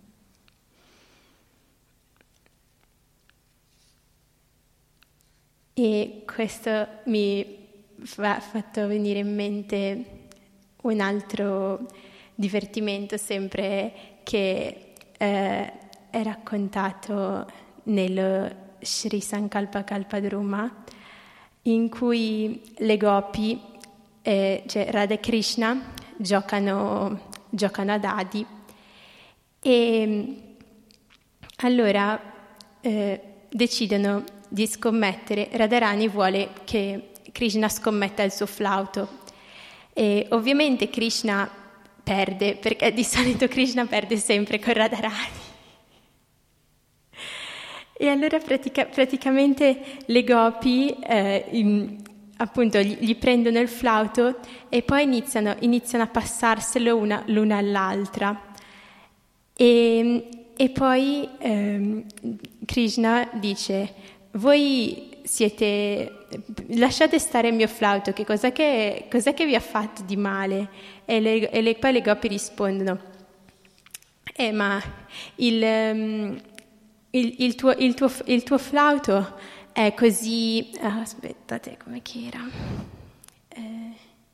E questo mi ha fatto venire in mente un altro divertimento sempre che eh, è raccontato nello Sri Sankalpa Kalpadruma, in cui le gopi, eh, cioè Radha e Krishna, giocano, giocano a dadi e allora eh, decidono di scommettere. Radharani vuole che Krishna scommetta il suo flauto e ovviamente Krishna perde, perché di solito Krishna perde sempre con Radharani. E allora pratica, praticamente le gopi eh, in, appunto gli, gli prendono il flauto e poi iniziano, iniziano a passarselo una, l'una all'altra e, e poi eh, Krishna dice: voi siete, lasciate stare il mio flauto, che cos'è che, cos'è che vi ha fatto di male? E, le, e le, poi le gopi rispondono: eh ma il, um, il, il, tuo, il, tuo, il tuo flauto è così, ah, aspettate, come che era? Eh,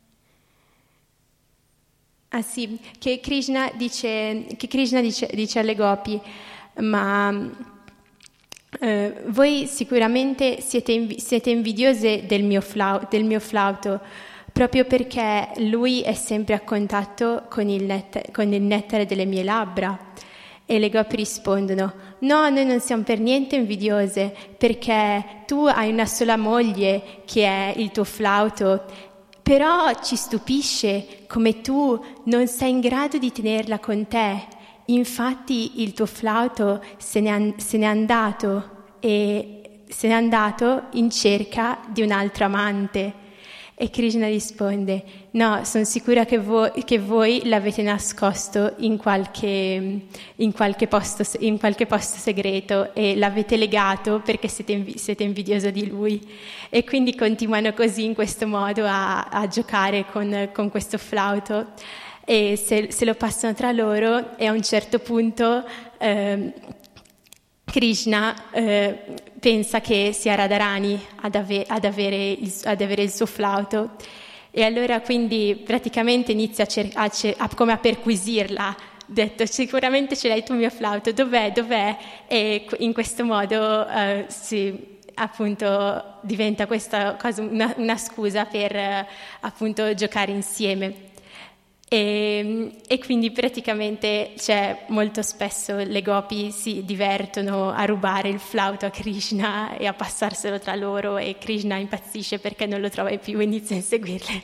ah sì, che Krishna dice, che Krishna dice, dice alle gopi: ma Uh, voi sicuramente siete, invi- siete invidiose del mio, flau- del mio flauto, proprio perché lui è sempre a contatto con il, net- con il nettare delle mie labbra. E le gopi rispondono: no, noi non siamo per niente invidiose, perché tu hai una sola moglie che è il tuo flauto, però ci stupisce come tu non sei in grado di tenerla con te. Infatti il tuo flauto se n'è, se n'è andato e se n'è andato in cerca di un altro amante. E Krishna risponde: no, sono sicura che voi, che voi l'avete nascosto in qualche, in, qualche posto, in qualche posto segreto e l'avete legato perché siete, invi- siete invidioso di lui. E quindi continuano così, in questo modo, a, a giocare con, con questo flauto. E se, se lo passano tra loro e a un certo punto eh, Krishna eh, pensa che sia Radharani ad, ave, ad, avere il, ad avere il suo flauto e allora quindi praticamente inizia a, cer- a, cer- a come a perquisirla, detto: sicuramente ce l'hai tu il mio flauto, dov'è, dov'è? E in questo modo eh, si... appunto diventa questa cosa una, una scusa per eh, appunto giocare insieme. E, e quindi praticamente c'è molto spesso le gopi si divertono a rubare il flauto a Krishna e a passarselo tra loro e Krishna impazzisce perché non lo trova più e inizia a inseguirle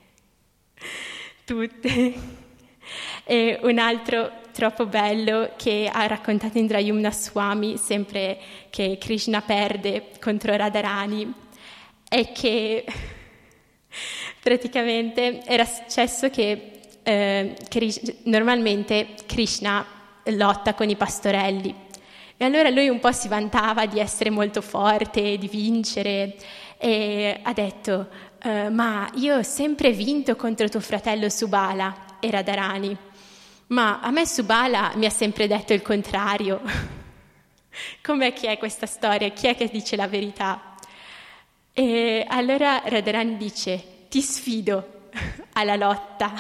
tutte. E un altro troppo bello che ha raccontato Indrayumna Swami, sempre che Krishna perde contro Radharani, è che praticamente era successo che Eh, Krish- normalmente Krishna lotta con i pastorelli E allora lui un po' si vantava di essere molto forte, di vincere, e ha detto eh, ma io ho sempre vinto contro tuo fratello Subala e Radharani, ma a me Subala mi ha sempre detto il contrario. Com'è che è questa storia? Chi è che dice la verità? E allora Radharani dice: ti sfido alla lotta.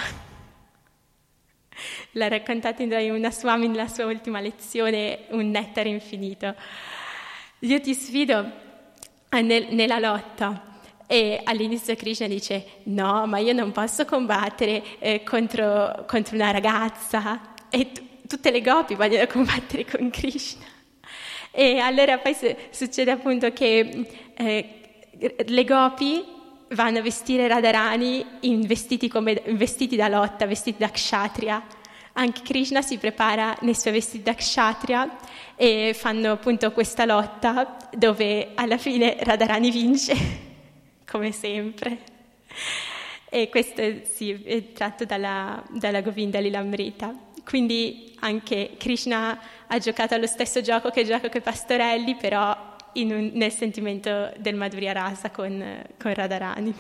L'ha raccontato in una Swami nella sua ultima lezione, un nettare infinito. Io ti sfido nel, nella lotta. E all'inizio Krishna dice: no, ma io non posso combattere eh, contro, contro una ragazza. E t- tutte le gopi vogliono combattere con Krishna. E allora poi succede appunto che eh, le gopi vanno a vestire Radharani in vestiti, come, in vestiti da lotta, vestiti da kshatriya. Anche Krishna si prepara nei suoi vestiti da kshatriya e fanno appunto questa lotta dove alla fine Radharani vince, come sempre. E questo sì, è tratto dalla, dalla Govinda Lilamrita. Quindi anche Krishna ha giocato allo stesso gioco che gioca con i pastorelli, però in un, nel sentimento del Madhurya Rasa con, con Radharani.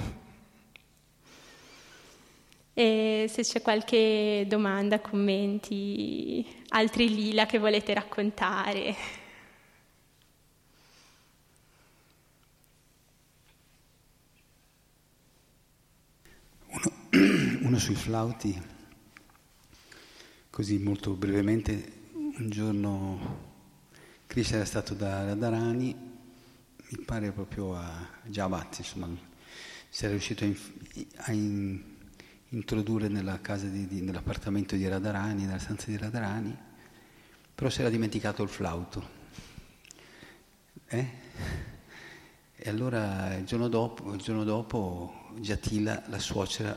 E se c'è qualche domanda, commenti, altri lila che volete raccontare. Uno, uno sui flauti, così molto brevemente. Un giorno Krishna era stato da Radharani, mi pare proprio a Javat, insomma, si era riuscito a, inf- a in- introdurre nella casa di, di, nell'appartamento di Radharani, nella stanza di Radharani, però si era dimenticato il flauto. Eh? E allora il giorno dopo, il giorno dopo Jatila, la suocera,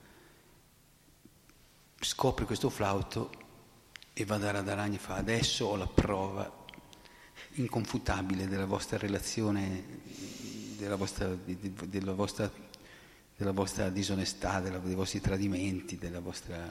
scopre questo flauto e va da Radharani e fa: adesso ho la prova inconfutabile della vostra relazione, della vostra, della vostra, della vostra disonestà, della, dei vostri tradimenti, della vostra...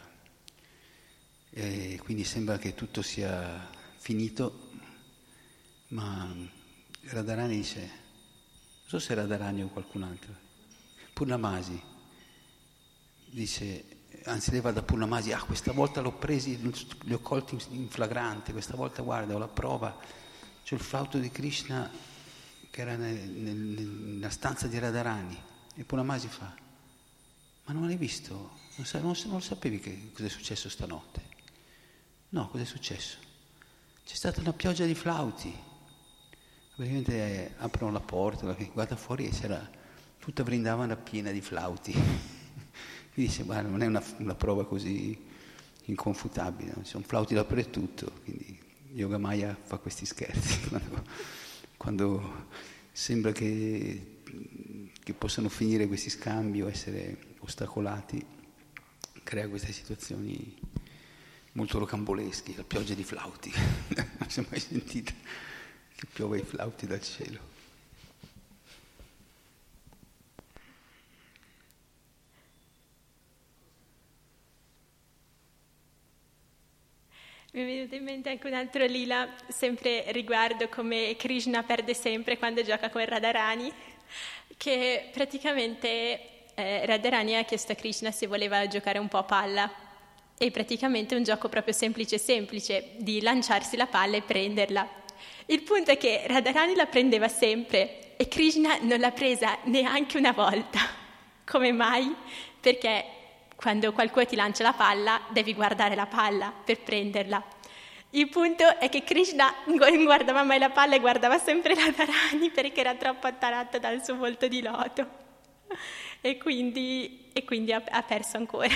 E quindi sembra che tutto sia finito, ma Radharani dice, non so se Radharani o qualcun altro, Purnamasi dice, anzi lei va da Purnamasi, ah questa volta l'ho presi, li ho colti in flagrante, questa volta guarda ho la prova, c'è il flauto di Krishna che era nel, nel, nella stanza di Radharani. E Purnamasi fa, ma non l'hai visto? Non, sa, non, non lo sapevi che cosa è successo stanotte? No, cosa è successo? C'è stata una pioggia di flauti. Praticamente eh, aprono la porta, guarda fuori e c'era tutta Vrindavana piena di flauti. Quindi dice, guarda, non è una, una prova così inconfutabile, ci sono flauti dappertutto, quindi Yogamaya fa questi scherzi quando, quando sembra che, che possano finire questi scambi o essere ostacolati, crea queste situazioni molto rocambolesche, la pioggia di flauti, non si è mai sentita che piove i flauti dal cielo. Mi è venuto in mente anche un altro lila, sempre riguardo come Krishna perde sempre quando gioca con Radharani, che praticamente eh, Radharani ha chiesto a Krishna se voleva giocare un po' a palla, e praticamente è un gioco proprio semplice semplice, di lanciarsi la palla e prenderla. Il punto è che Radharani la prendeva sempre e Krishna non l'ha presa neanche una volta. Come mai? Perché quando qualcuno ti lancia la palla, devi guardare la palla per prenderla. Il punto è che Krishna non guardava mai la palla e guardava sempre Radharani perché era troppo attratto dal suo volto di loto. E quindi, e quindi ha, ha perso ancora.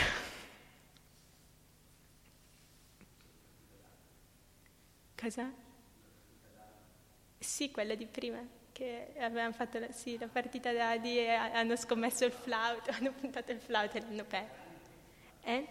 Cosa? Sì, quella di prima, che avevano fatto la, sì, la partita dadi e hanno scommesso il flauto, hanno puntato il flauto e l'hanno perso. Eh?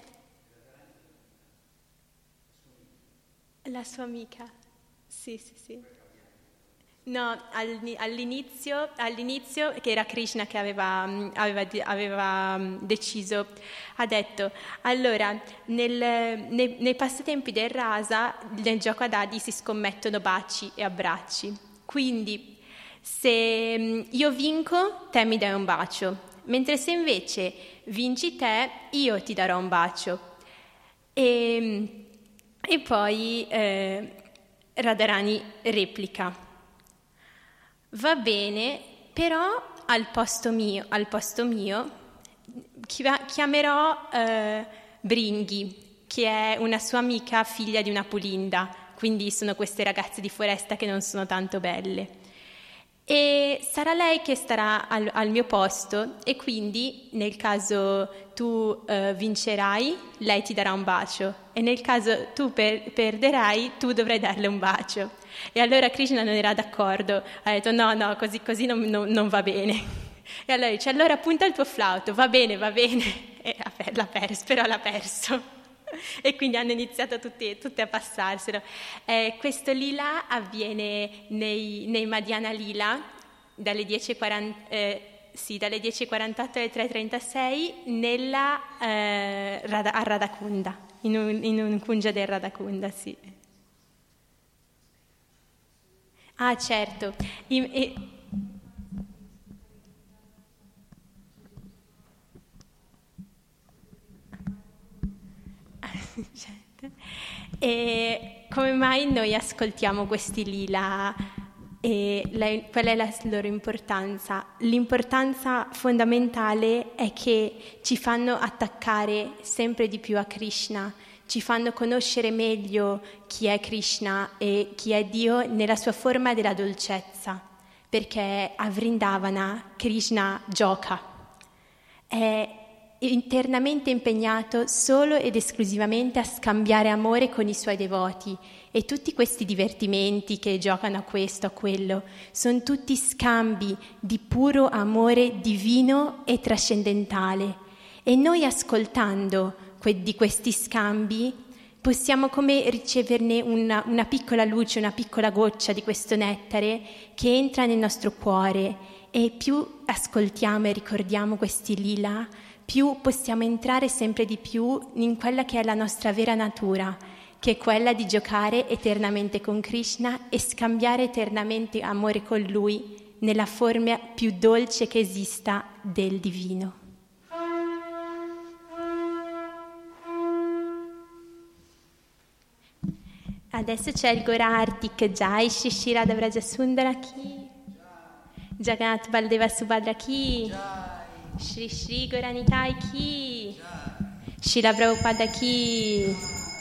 La sua amica, sì, sì, sì. No, all'inizio, all'inizio, che era Krishna che aveva, aveva, aveva deciso, ha detto, allora, nel, nei, nei passatempi del rasa, nel gioco a dadi si scommettono baci e abbracci. Quindi, se io vinco, te mi dai un bacio, mentre se invece vinci te, io ti darò un bacio. E, e poi eh, Radharani replica. Va bene, però al posto mio, al posto mio chiamerò eh, Bringhi, che è una sua amica figlia di una pulinda, quindi sono queste ragazze di foresta che non sono tanto belle. E sarà lei che starà al, al mio posto e quindi nel caso tu eh, vincerai, lei ti darà un bacio e nel caso tu per, perderai, tu dovrai darle un bacio. E allora Krishna non era d'accordo, ha detto no, no, così, così non, non, non va bene. E allora dice, allora punta il tuo flauto, va bene, va bene. E l'ha perso, però l'ha perso. E quindi hanno iniziato tutti, tutti a passarselo. Eh, questo lila avviene nei, nei Madhyana Lila dalle dieci e quaranta, eh, sì, dalle dieci e quarantotto alle tre e trentasei nella, eh, Radha, a Radhakunda, in un, in un kunja del Radhakunda, sì. Ah, certo. I, e, E come mai noi ascoltiamo questi lila e la, qual è la loro importanza? L'importanza fondamentale è che ci fanno attaccare sempre di più a Krishna, ci fanno conoscere meglio chi è Krishna e chi è Dio nella sua forma della dolcezza, perché a Vrindavana Krishna gioca, è internamente impegnato solo ed esclusivamente a scambiare amore con i suoi devoti e tutti questi divertimenti che giocano a questo, a quello, sono tutti scambi di puro amore divino e trascendentale e noi ascoltando que- di questi scambi possiamo come riceverne una, una piccola luce, una piccola goccia di questo nettare che entra nel nostro cuore e più ascoltiamo e ricordiamo questi lila, più possiamo entrare sempre di più in quella che è la nostra vera natura, che è quella di giocare eternamente con Krishna e scambiare eternamente amore con Lui nella forma più dolce che esista del divino. Adesso c'è il Gora Artik Jai Shri Radha Vraja Sundara Ki, Jagannath Baldeva Subhadra Ki, Shri Shri Goranitai Ki, Srila Prabhupada Ki.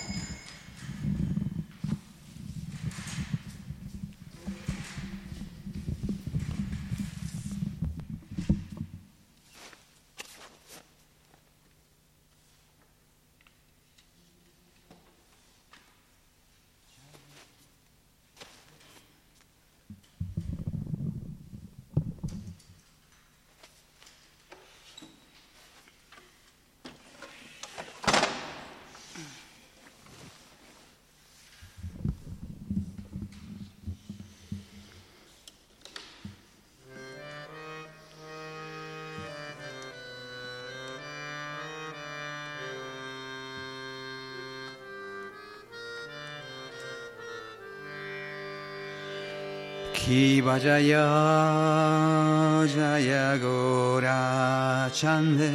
Kiva Jaya Jaya Gora Chande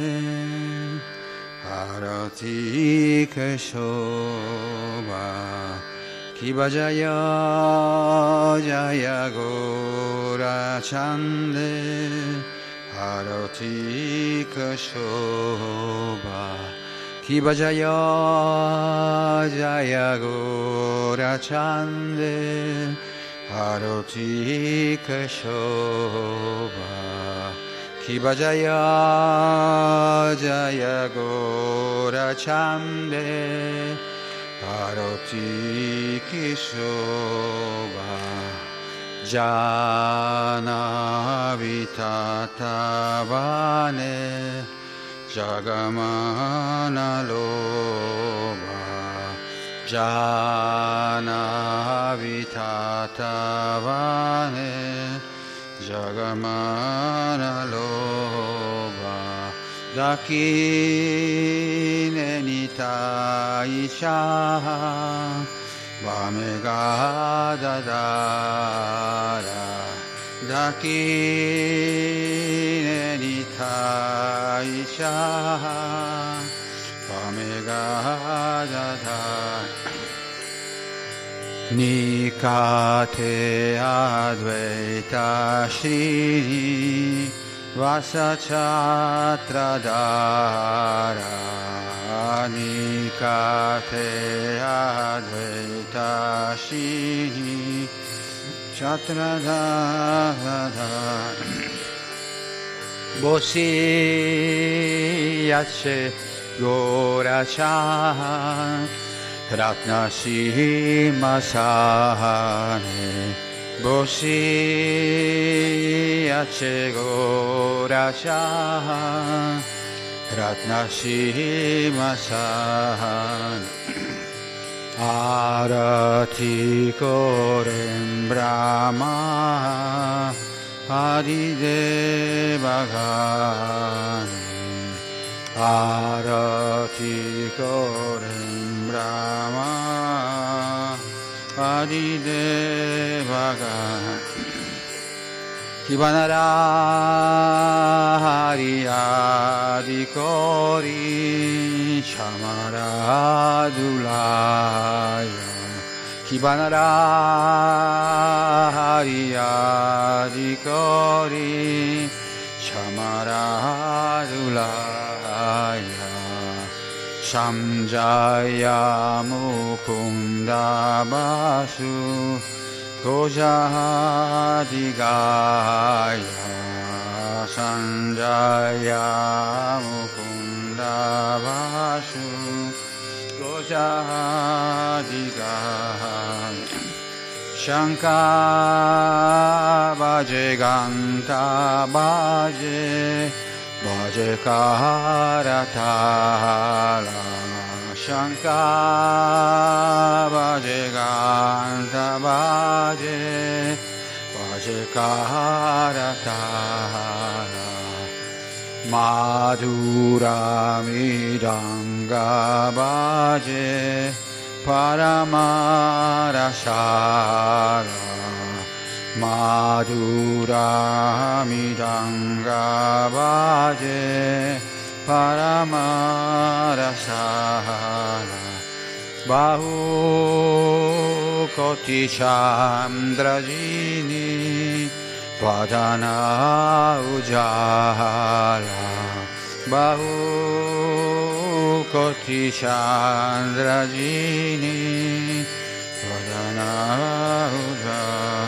Arati Keshoba Kiva Jaya Jaya Gora Chande Arati Keshoba Kiva Jaya Jaya Gora Chande Arati Keshoba Kiva Jaya Jaya Gora Chande Arati Keshoba Jana Vitatavane Jagamana Loba Jana vitatavane Jagamana loba Dakine nitaisha Vamegadadara Dakine nitaisha Vamegadadara Nikate Advaita Shri Vasachatradara Nikate Advaita Shri Chatradara Bosi Yache Goracha Ratna Simasane Bosi Achegorasha Ratna Simasane Arati Korem Brahma Adidevagane Arati Korem Brahma Adidevagane Kibanara Hari Adikori Chamara Dulaya Kibanara Hari Adikori Chamara Dulaya Samjaya Mukunda Basu Kojadigaya Sanjaya Mukunda Basu Kojadigaya Shankar Bhaje Ganta Bhaje Bhaje Karatala Shankar Bhaje Ganta Bhaje Bhaje Karatala Madhura Midanga Bhaje Paramarasala Madhura Midanga Bhaje Paramarasala Bahu Koti Chandrajini Padana Ujala Bahu Koti Chandrajini Padana Ujala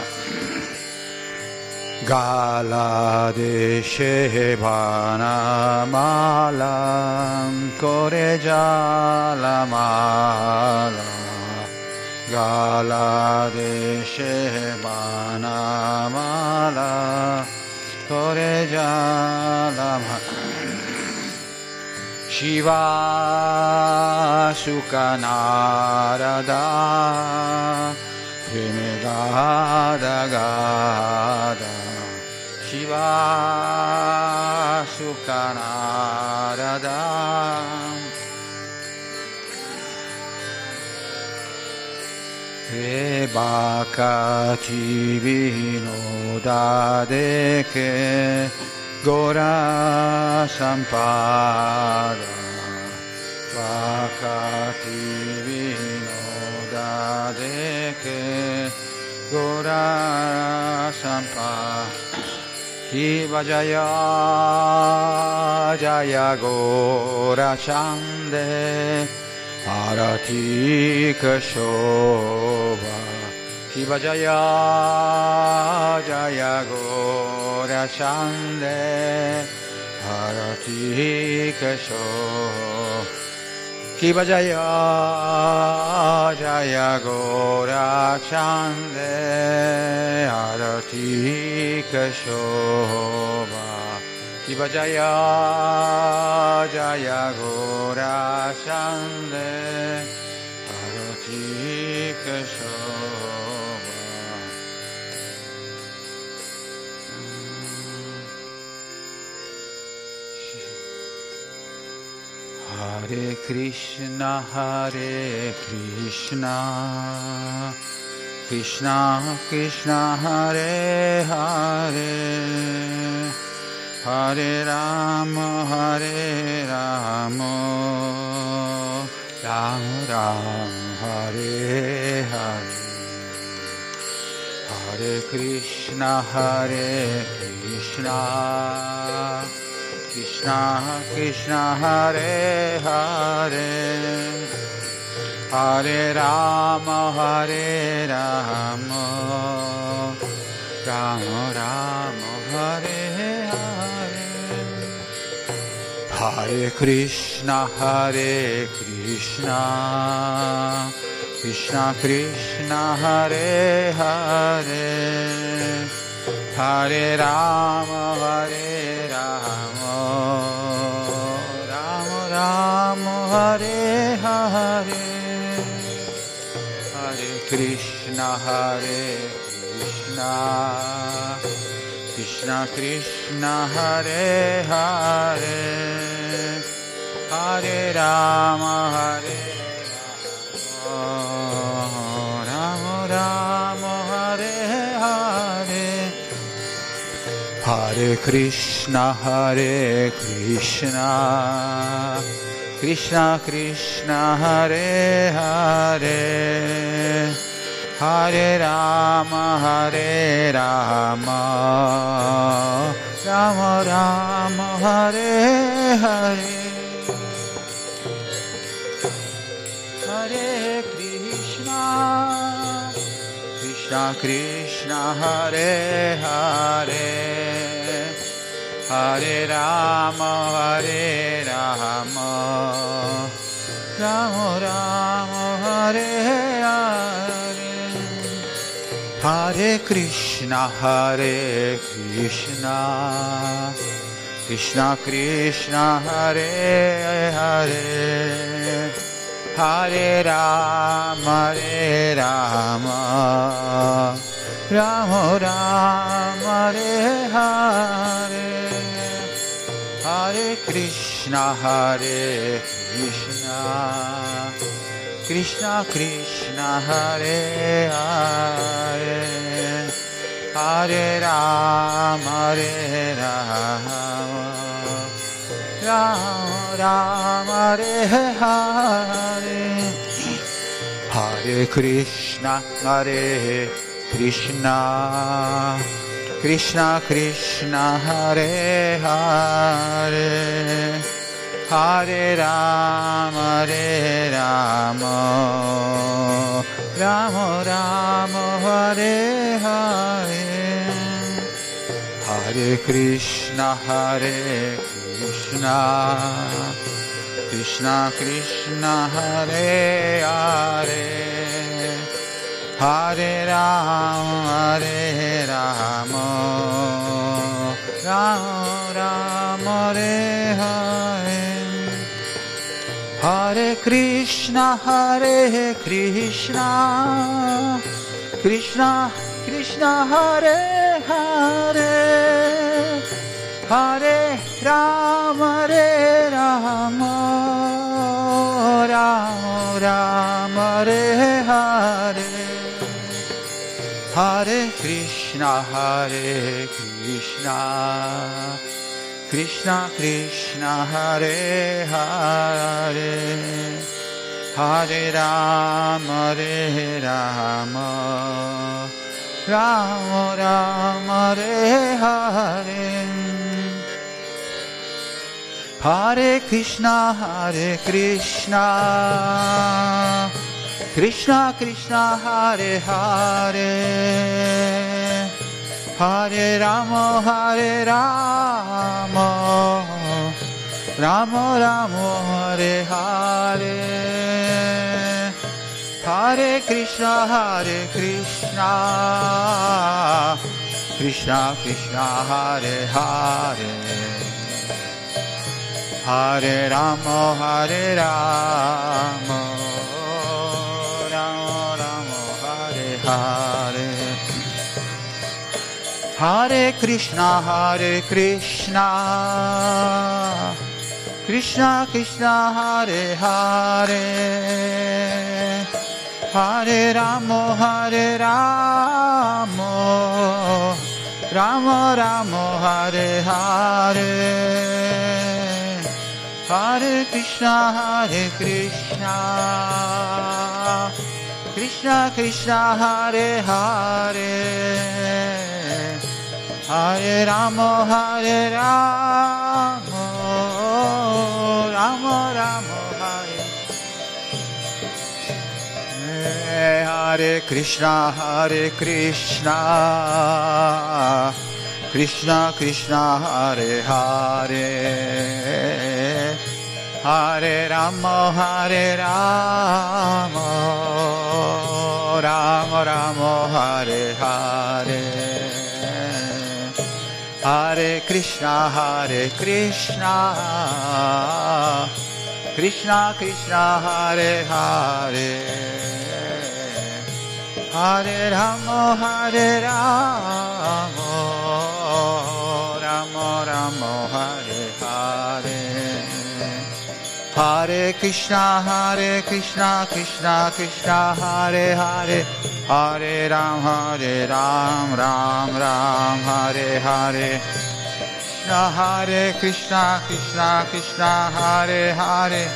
Gala de Shebana Malam Koreja la Mala Gala de Shebana Mala Koreja la Mala Shiva Sukhanarada Vimegada Gada Shiva Sukhanarada Rebakati Vinodadeke Gora Sampada Bakati Vinodadeke Gora Sampada Shiva Jaya Jaya Gora Chande Arati Kashova Shiva Jaya Jaya Gora Chande Arati Kashova Shiva Jaya Jaya Gora Chande Arati Kashova Shiva Jaya Jaya Gora Chande Arati Hare Krishna, Hare Krishna, Krishna Krishna, Hare Hare, Hare Rama, Hare Rama, Rama Rama, Hare Hare. Hare Krishna, Hare Krishna, Krishna Krishna, Hare Hare, Hare Rama, Hare Rama, Rama Rama, Hare Hare. Hare Krishna, Hare Krishna, Krishna Krishna, Hare Hare, Hare Rama, Hare Rama, Rama Rama, Hare Hare. Hare Krishna, Hare Krishna, Krishna Krishna, Hare Hare, Hare Rama, Hare Rama, Rama, Hare Hare. Hare Krishna, Hare Krishna, Krishna Krishna, Hare Hare, Hare Rama, Hare Rama, Rama Rama, Hare Hare. Hare Krishna, Krishna Krishna, Hare Hare, Hare Rama, Hare Rama, Rama Rama, Hare Hare. Hare Krishna, Hare Krishna, Krishna Krishna, Hare Hare, Hare Rama, Hare Rama, Rama Rama, Hare Hare. Hare Krishna, Hare Krishna, Krishna Krishna, Hare Hare, Hare Rama, Hare Rama, Rama Rama, Hare Hare. Hare Krishna, Hare Krishna, Krishna Krishna, Hare Hare, Hare Rama, Hare Rama, Rama Rama, Hare Hare. Hare Krishna, Hare Krishna, Krishna Krishna, Hare Hare, Hare Rama, Hare Rama, Rama Rama, Hare Hare. Hare Krishna, Hare Krishna, Krishna Krishna, Hare Hare, Hare Rama, Hare Rama, Rama Rama, Hare Hare. Hare Krishna, Hare Krishna, Krishna Krishna, Hare Hare, Hare Rama, Hare Rama, Rama Rama, Hare Hare. Hare Krishna, Hare Krishna, Krishna Krishna, Hare Hare, Hare Rama, Hare Rama, Rama Rama, Hare Hare. Hare Krishna, Hare Krishna, Krishna Krishna, Hare Hare, Hare Rama, Hare Rama, Rama Rama, Hare Hare. Hare Krishna, Hare Krishna, Krishna Krishna Hare Hare Hare Ramo Hare Ramo Ramo Ramo Hare Hare Hare Krishna Hare Krishna Krishna Krishna Hare Hare Hare Ramo Hare Ramo Ramo Ramo Hare Hare Krishna Hare Krishna Krishna Krishna Hare Hare Hare Ramo Hare Ramo Ramo Ramo Hare Hare Hare Krishna Hare Krishna Krishna Krishna Hare Hare Hare Ramo Hare Ramo Ramo Ramo Hare Hare Hare Krishna Hare Krishna Krishna Krishna Hare Hare Hare Ram Hare Ram Ram Ram Hare Hare Krishna Hare Krishna Krishna Krishna Hare Hare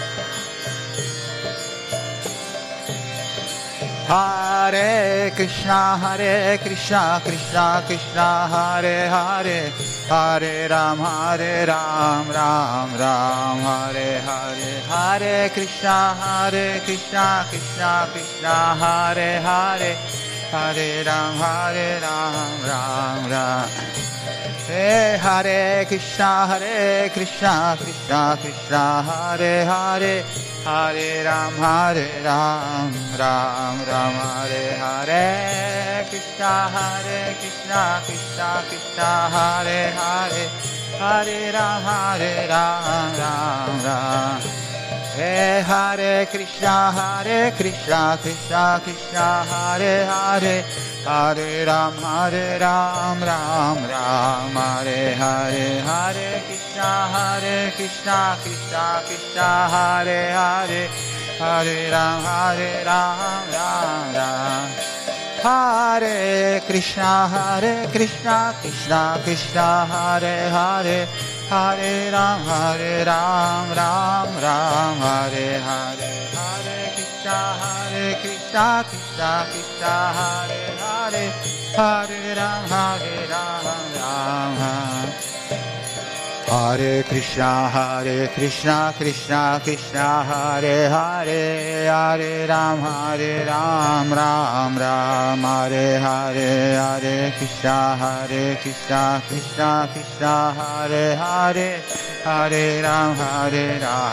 Hare Krishna Hare Krishna Krishna Krishna Hare Hare Hare Ram Hare Ram Ram Ram Hare Hare Hare Krishna Hare Krishna Krishna Krishna Hare Hare Hare Ram Hare Ram Ram Ram Hey Hare Krishna Hare Krishna Krishna Krishna Hare Hare Hare Ram Hare Ram Ram Ram Hare Hare Krishna Hare Krishna Krishna Krishna Hare Hare Hare Ram Hare Ram Ram Ram Hey Hare Krishna Hare Krishna Krishna Krishna Hare Hare Hare Ram Hare Ram Ram Ram Hare Hare Hare Krishna Hare Krishna Krishna Krishna Hare Hare Hare Ram Hare Ram Ram Ram Hare Krishna Hare Krishna Krishna Krishna Hare Hare Hare Ram Hare Ram Ram Ram Hare Hare Hare Krishna Hare Krishna Krishna Krishna Hare Hare Hare Ram Hare Ram Ram Ram Hare Krishna Hare Krishna Krishna Krishna Hare Hare Hare Ram Hare Ram Ram Ram Hare Hare Hare Krishna Hare Krishna Krishna Krishna Hare Hare Hare Ram Hare Ram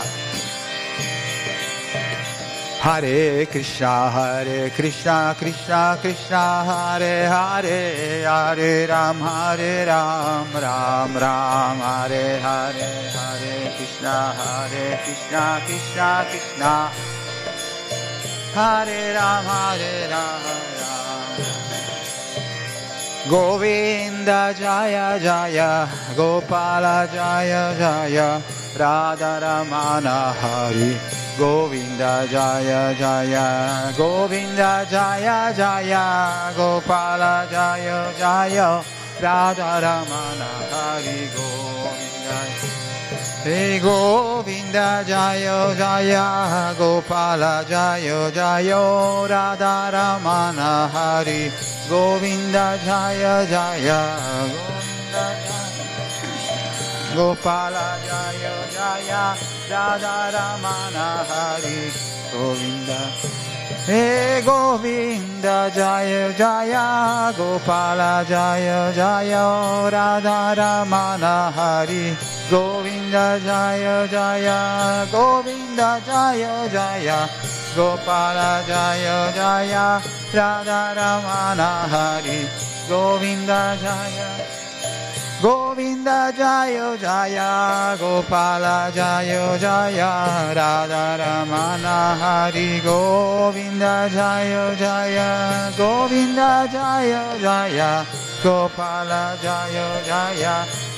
Hare Krishna Hare Krishna Krishna Krishna Hare Hare Hare Ram Hare Ram Ram Ram Hare Hare Hare Krishna Hare Krishna Krishna Krishna Hare Ram Hare Ram Govinda Jaya Jaya Gopala Jaya Jaya Radha Ramana Hari Govinda Jaya Jaya Govinda Jaya Jaya Gopala Jaya Jaya Radha Ramana Hari Govinda Hey Govinda Jaya Jaya Gopala Jaya Jaya Radha Ramana Hari Govinda Jaya Jaya Govinda Jaya Gopala Jaya Jaya Radha Ramana Hari Govinda Hey Govinda Jaya Jaya Gopala Jaya Jaya Radha Ramana Hari Govinda Jaya Jaya Govinda Jaya Jaya Gopala Jaya Jaya Radha Ramana Hari Govinda Jaya Govinda Jaya Jaya Gopala Jaya Jaya Radha Ramana Hari Govinda Jaya Jaya Govinda Jaya Jaya Gopala Jaya Jaya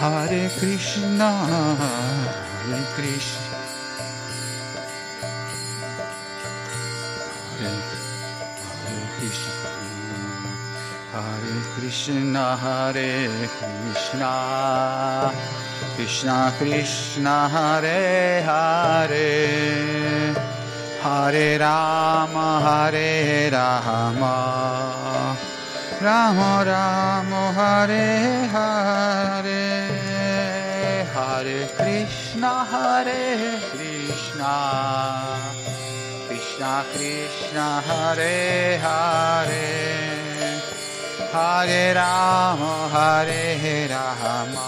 Hare Krishna, Hare Krishna, Hare, Hare Krishna, Hare Krishna, Hare Krishna, Krishna Krishna, Hare Hare, Hare Rama, Hare Rama, Rama Rama, Hare Hare, Hare Krishna, Hare Krishna, Krishna Krishna, Hare Hare, Hare Rama, Hare Rama,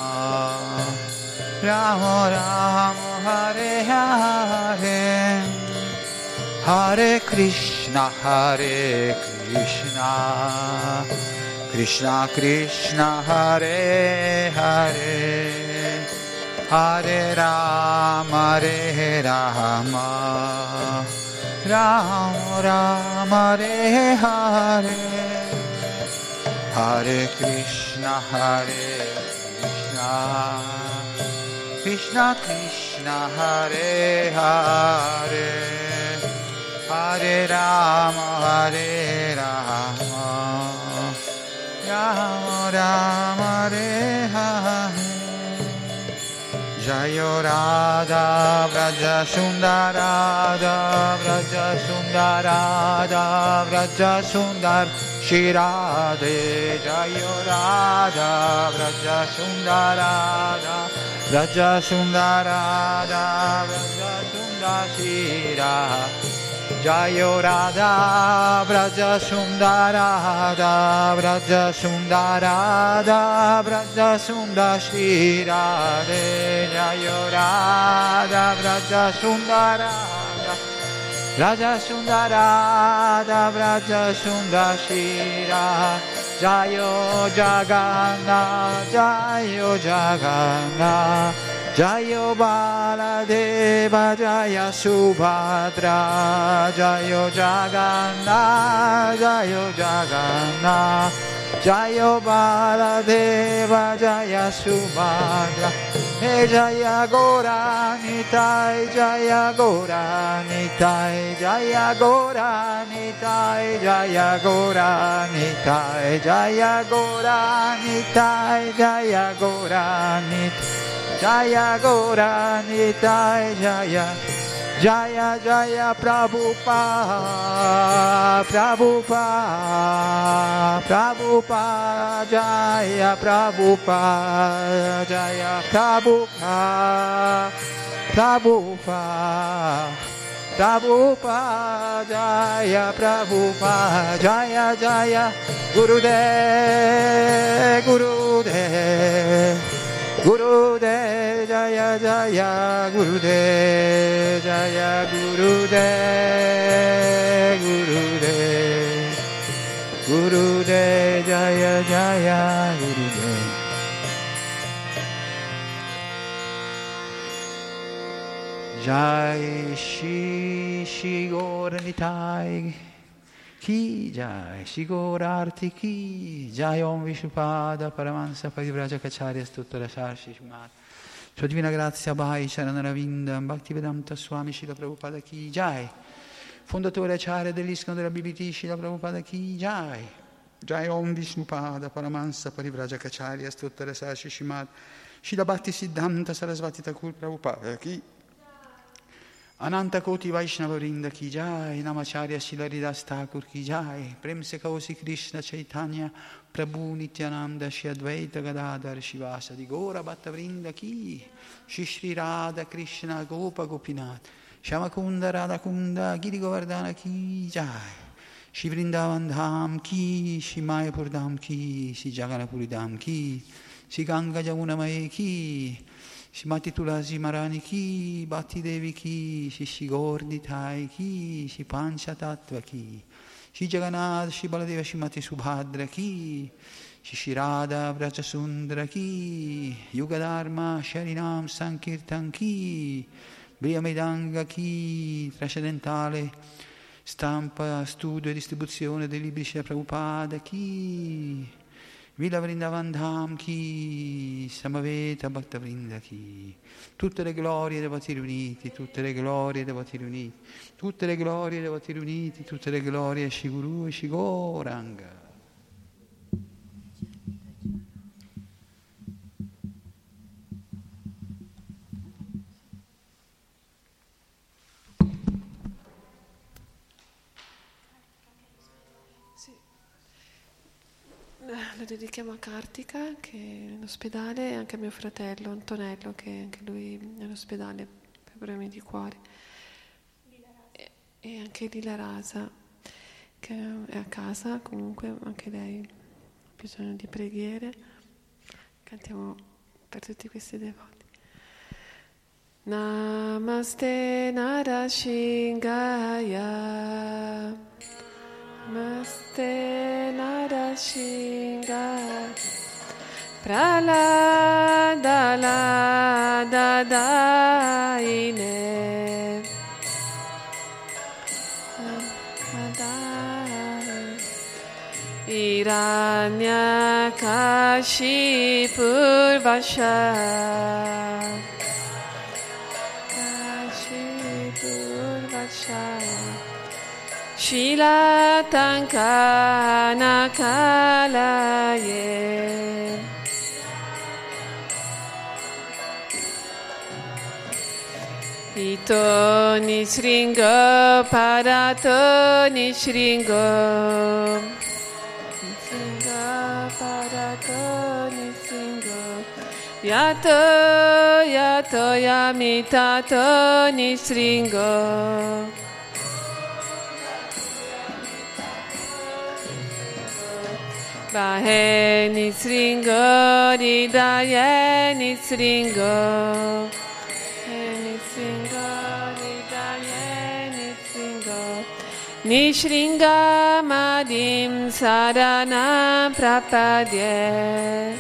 Rama Rama, Hare Hare, Hare Krishna, Hare Krishna, Krishna Krishna, Hare Hare, Hare Rama, Hare Rama, Rama Rama, Hare Hare, Hare Krishna, Hare Krishna, Krishna Krishna, Hare Hare, Hare Rama, Hare Rama, Rama Rama, Hare Hare. Jayo Radha Vraja Sundar, Radha Vraja Sundar, Radha Vraja Sundar, Shri Radhe. Jayo Radha Vraja Sundar, Radha Vraja Sundar, Radha Vraja Sundar, Shri Radhe. Jayo Radha Vraja Sundar, Radha Vraja Sundar, Radha Vraja Sundar, Shri Radhe. Jayo Radha Vraja Sundar, Radha Vraja Sundar, Radha Vraja Sundar, Shri Radhe. Jayo Jagannath, Jayo Jagannath, Jayo Baladeva, Jaya Subhadra, Jayo Jagannath, Jayo Jagannath, Jayo Baladeva, Jaya Subhadra, Hey Jaya Goranitai, Jaya Goranitai, Jaya Goranitai, Jaya Goranitai, Jaya Goranitai, Jaya Goranitai, Jaya Goranitai, Jaya, Jaya Jaya Prabhupada, Prabhupada, Prabhupada, Jaya Prabhupada, Jaya Prabhupada, Prabhupada, Prabhupada, Jaya Prabhupada, Jaya Jaya Gurudev, Gurudev, Gurudev, Jaya Jaya Gurudev, Jaya Gurudev, Gurudev, Gurudev, Jaya Jaya Gurudev. Jai Shri Shri Gauranitai Ki Jai, Shri Gaurarti Ki Jai, Om Vishnupada Paramahansa Parivrajacacharya Stutara Sarshi Shumat. Sua Divina Grazia Bhai Charanaravinda Bhaktivedanta Swami Srila Prabhupada Ki Jai, fondatore acharya dell'Iskon della B B T Srila Prabhupada Ki Jai. Jai Om Vishnupada Paramahansa Parivrajacacharya Stutara Sarshi Shumat. Srila Bhakti Siddhanta Sarasvati Thakur Prabhupada Ki. Ananta Koti Vaishnava Vrinda Ki Jai, Namacharya Srila Haridas Thakur Ki Jai, Prem Se Kausi Krishna Chaitanya Prabhu Nityananda Shri Advaita Gadadhar Shivasadi Gora Bhatta Vrinda Ki, Shri Shri Radha Krishna Gopa Gopinath, Shyamakunda Radha Kunda Giri Govardhana Ki Jai, Shri Vrindavan Dham Ki, Shri Mayapur Dham Ki, Shri Jaganapuri Dham Ki, Shri Ganga Jamuna Mae Ki, Shrimati Tulasi Marani Ki, Bhakti Devi Ki, Shri Gauranitai Ki, Shri Pancha Tattva Ki, Shri Jagannath, Shri Baladeva, Shrimati Subhadra Ki, Shri Radha Vrajasundara Ki, Yuga Dharma Sharinam Sankirtan Ki, Briham Ki, trascendentale stampa, studio e distribuzione dei libri Srila Prabhupada Ki, Vila Vrindavan Dham Ki, Samaveta Bhakta Vrinda Ki. Tutte le glorie dei Devoti riuniti, tutte le glorie dei Devoti riuniti, tutte le glorie dei Devoti riuniti, tutte le glorie a Shri Guru e Shri Gauranga. Lo dedichiamo a Kartika, che è in ospedale, e anche a mio fratello Antonello, che anche lui è in ospedale per problemi di cuore. E, e anche Lila Rasa, che è a casa, comunque anche lei ha bisogno di preghiere. Cantiamo per tutti questi devoti. Namaste Narashingaya, Namaste Narashingaya, Pralada Lada Daine, Hiranyakashipur Vasha, Kashipur Vasha, Shila Tankana Kalaye, Ito Nisringo Parato Nisringo, Nisringo Parato Nisringo, Yato Yato Yamitato Nisringo, Bahe Nisringo, Ridaye Nisringo, Nisringo, Ridaye Nisringo, Nishringa Madim Saranam Prapadye,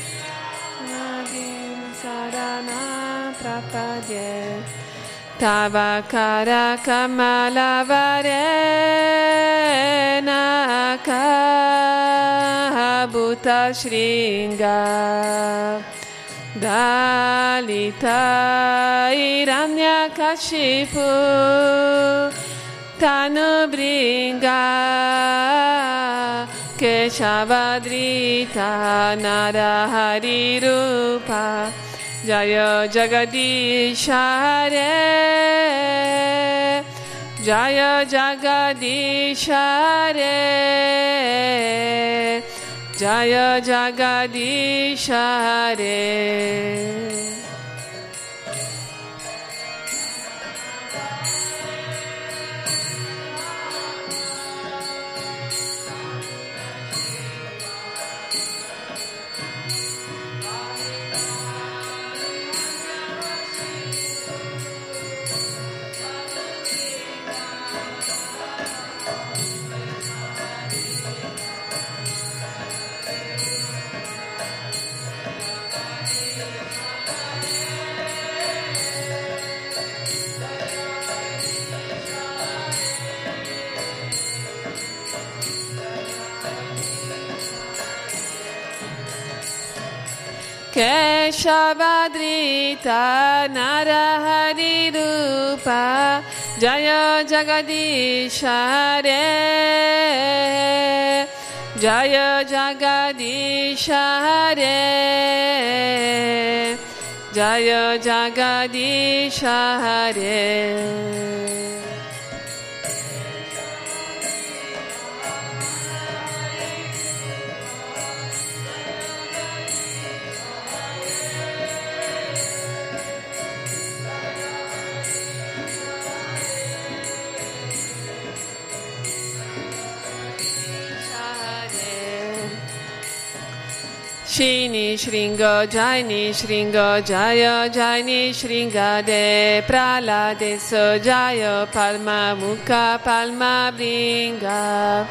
Madim Saranam Prapadye, Tavakara Kamala Varena Bhuta Shringa Dalita Hiranyakashipu Tanu Bringa Keshavadrita Narahari Rupa Jaya Jagadisha Hare, Jaya Jagadisha Hare, Jaya Jagadisha Hare. Keshavadrita Narahari Rupa Jaya Jagadisha Hare, Jaya Jagadisha Hare, Jaya Jagadisha Hare. Shini Shringo Jaini Shringo Jaya Jaini Shringa De Pralade So Jaya Palma Mukha Palma Bringa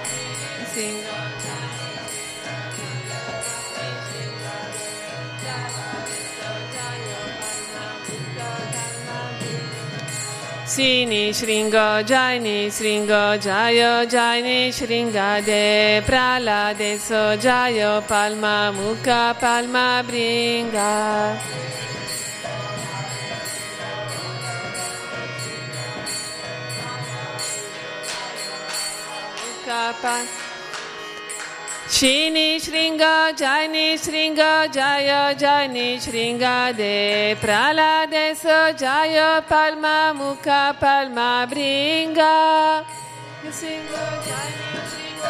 Sini Shringa Jaini Shringa Jaya Jaini Shringa De Pralade So Jaya Palma Mukha Palma Bringa Mukha Palma Shini Shringa Jaini Shringa Jaya Jaini Shringa De Pralade So Jaya Palma Mukha Palma Bringa Shringa Jaini Shringa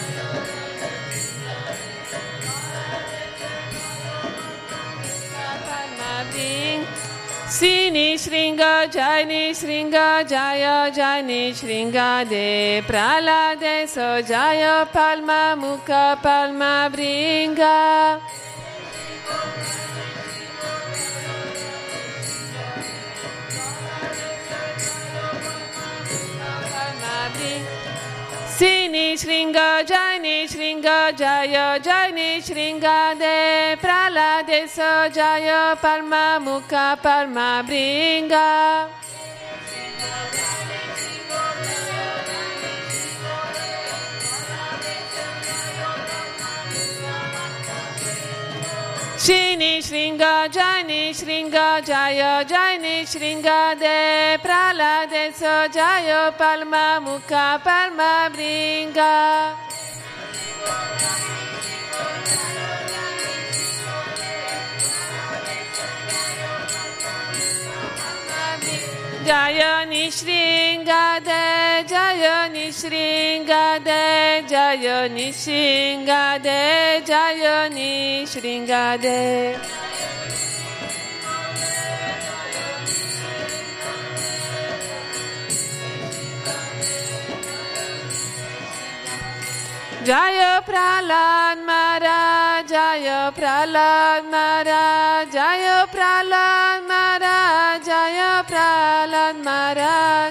Palma Bringa Sini Shringa Jaini Shringa Jaya Jaini Shringa De Pralade So Jaya Palma Mukha Palma Bringa Sini Shringa Jaini Shringa Jaya Jaini Shringa De Pralade So Jaya Palma Mukha Palma Bringa Shini Shringa Jaini Shringa Jaya Jaini Shringa De Pralade So Jaya Palma Mukha Palma Bringa Jaya Nishringa De Jaya Nishringa De Jaya Nishringa De Jaya Nishringa De Jaya Prahlad Maharaj Jaya Prahlad Maharaj Jaya Prahlad Maharaj Jaya Prahlad Maharaj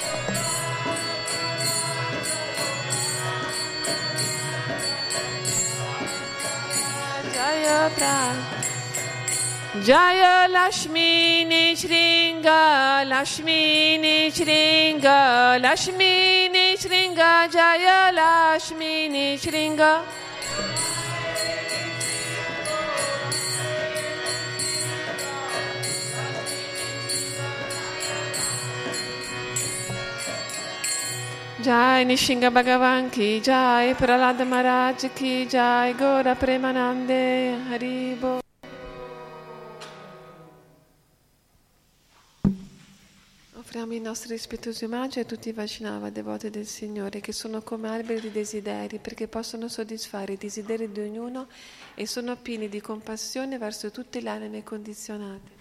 Jaya Prahlad Jaya Lakshmi Nishringa Lakshmi Nishringa Lakshmi Nishringa Jaya Lakshmi Nishringa Jai Nishinga Bhagavan ki Jai Prahlad Maharaj ki Jai Gora Premanande Haribo. Offriamo i nostri rispettosi omaggi a tutti i Vaishnava devoti del Signore che sono come alberi di desideri perché possono soddisfare i desideri di ognuno e sono pieni di compassione verso tutte le anime condizionate.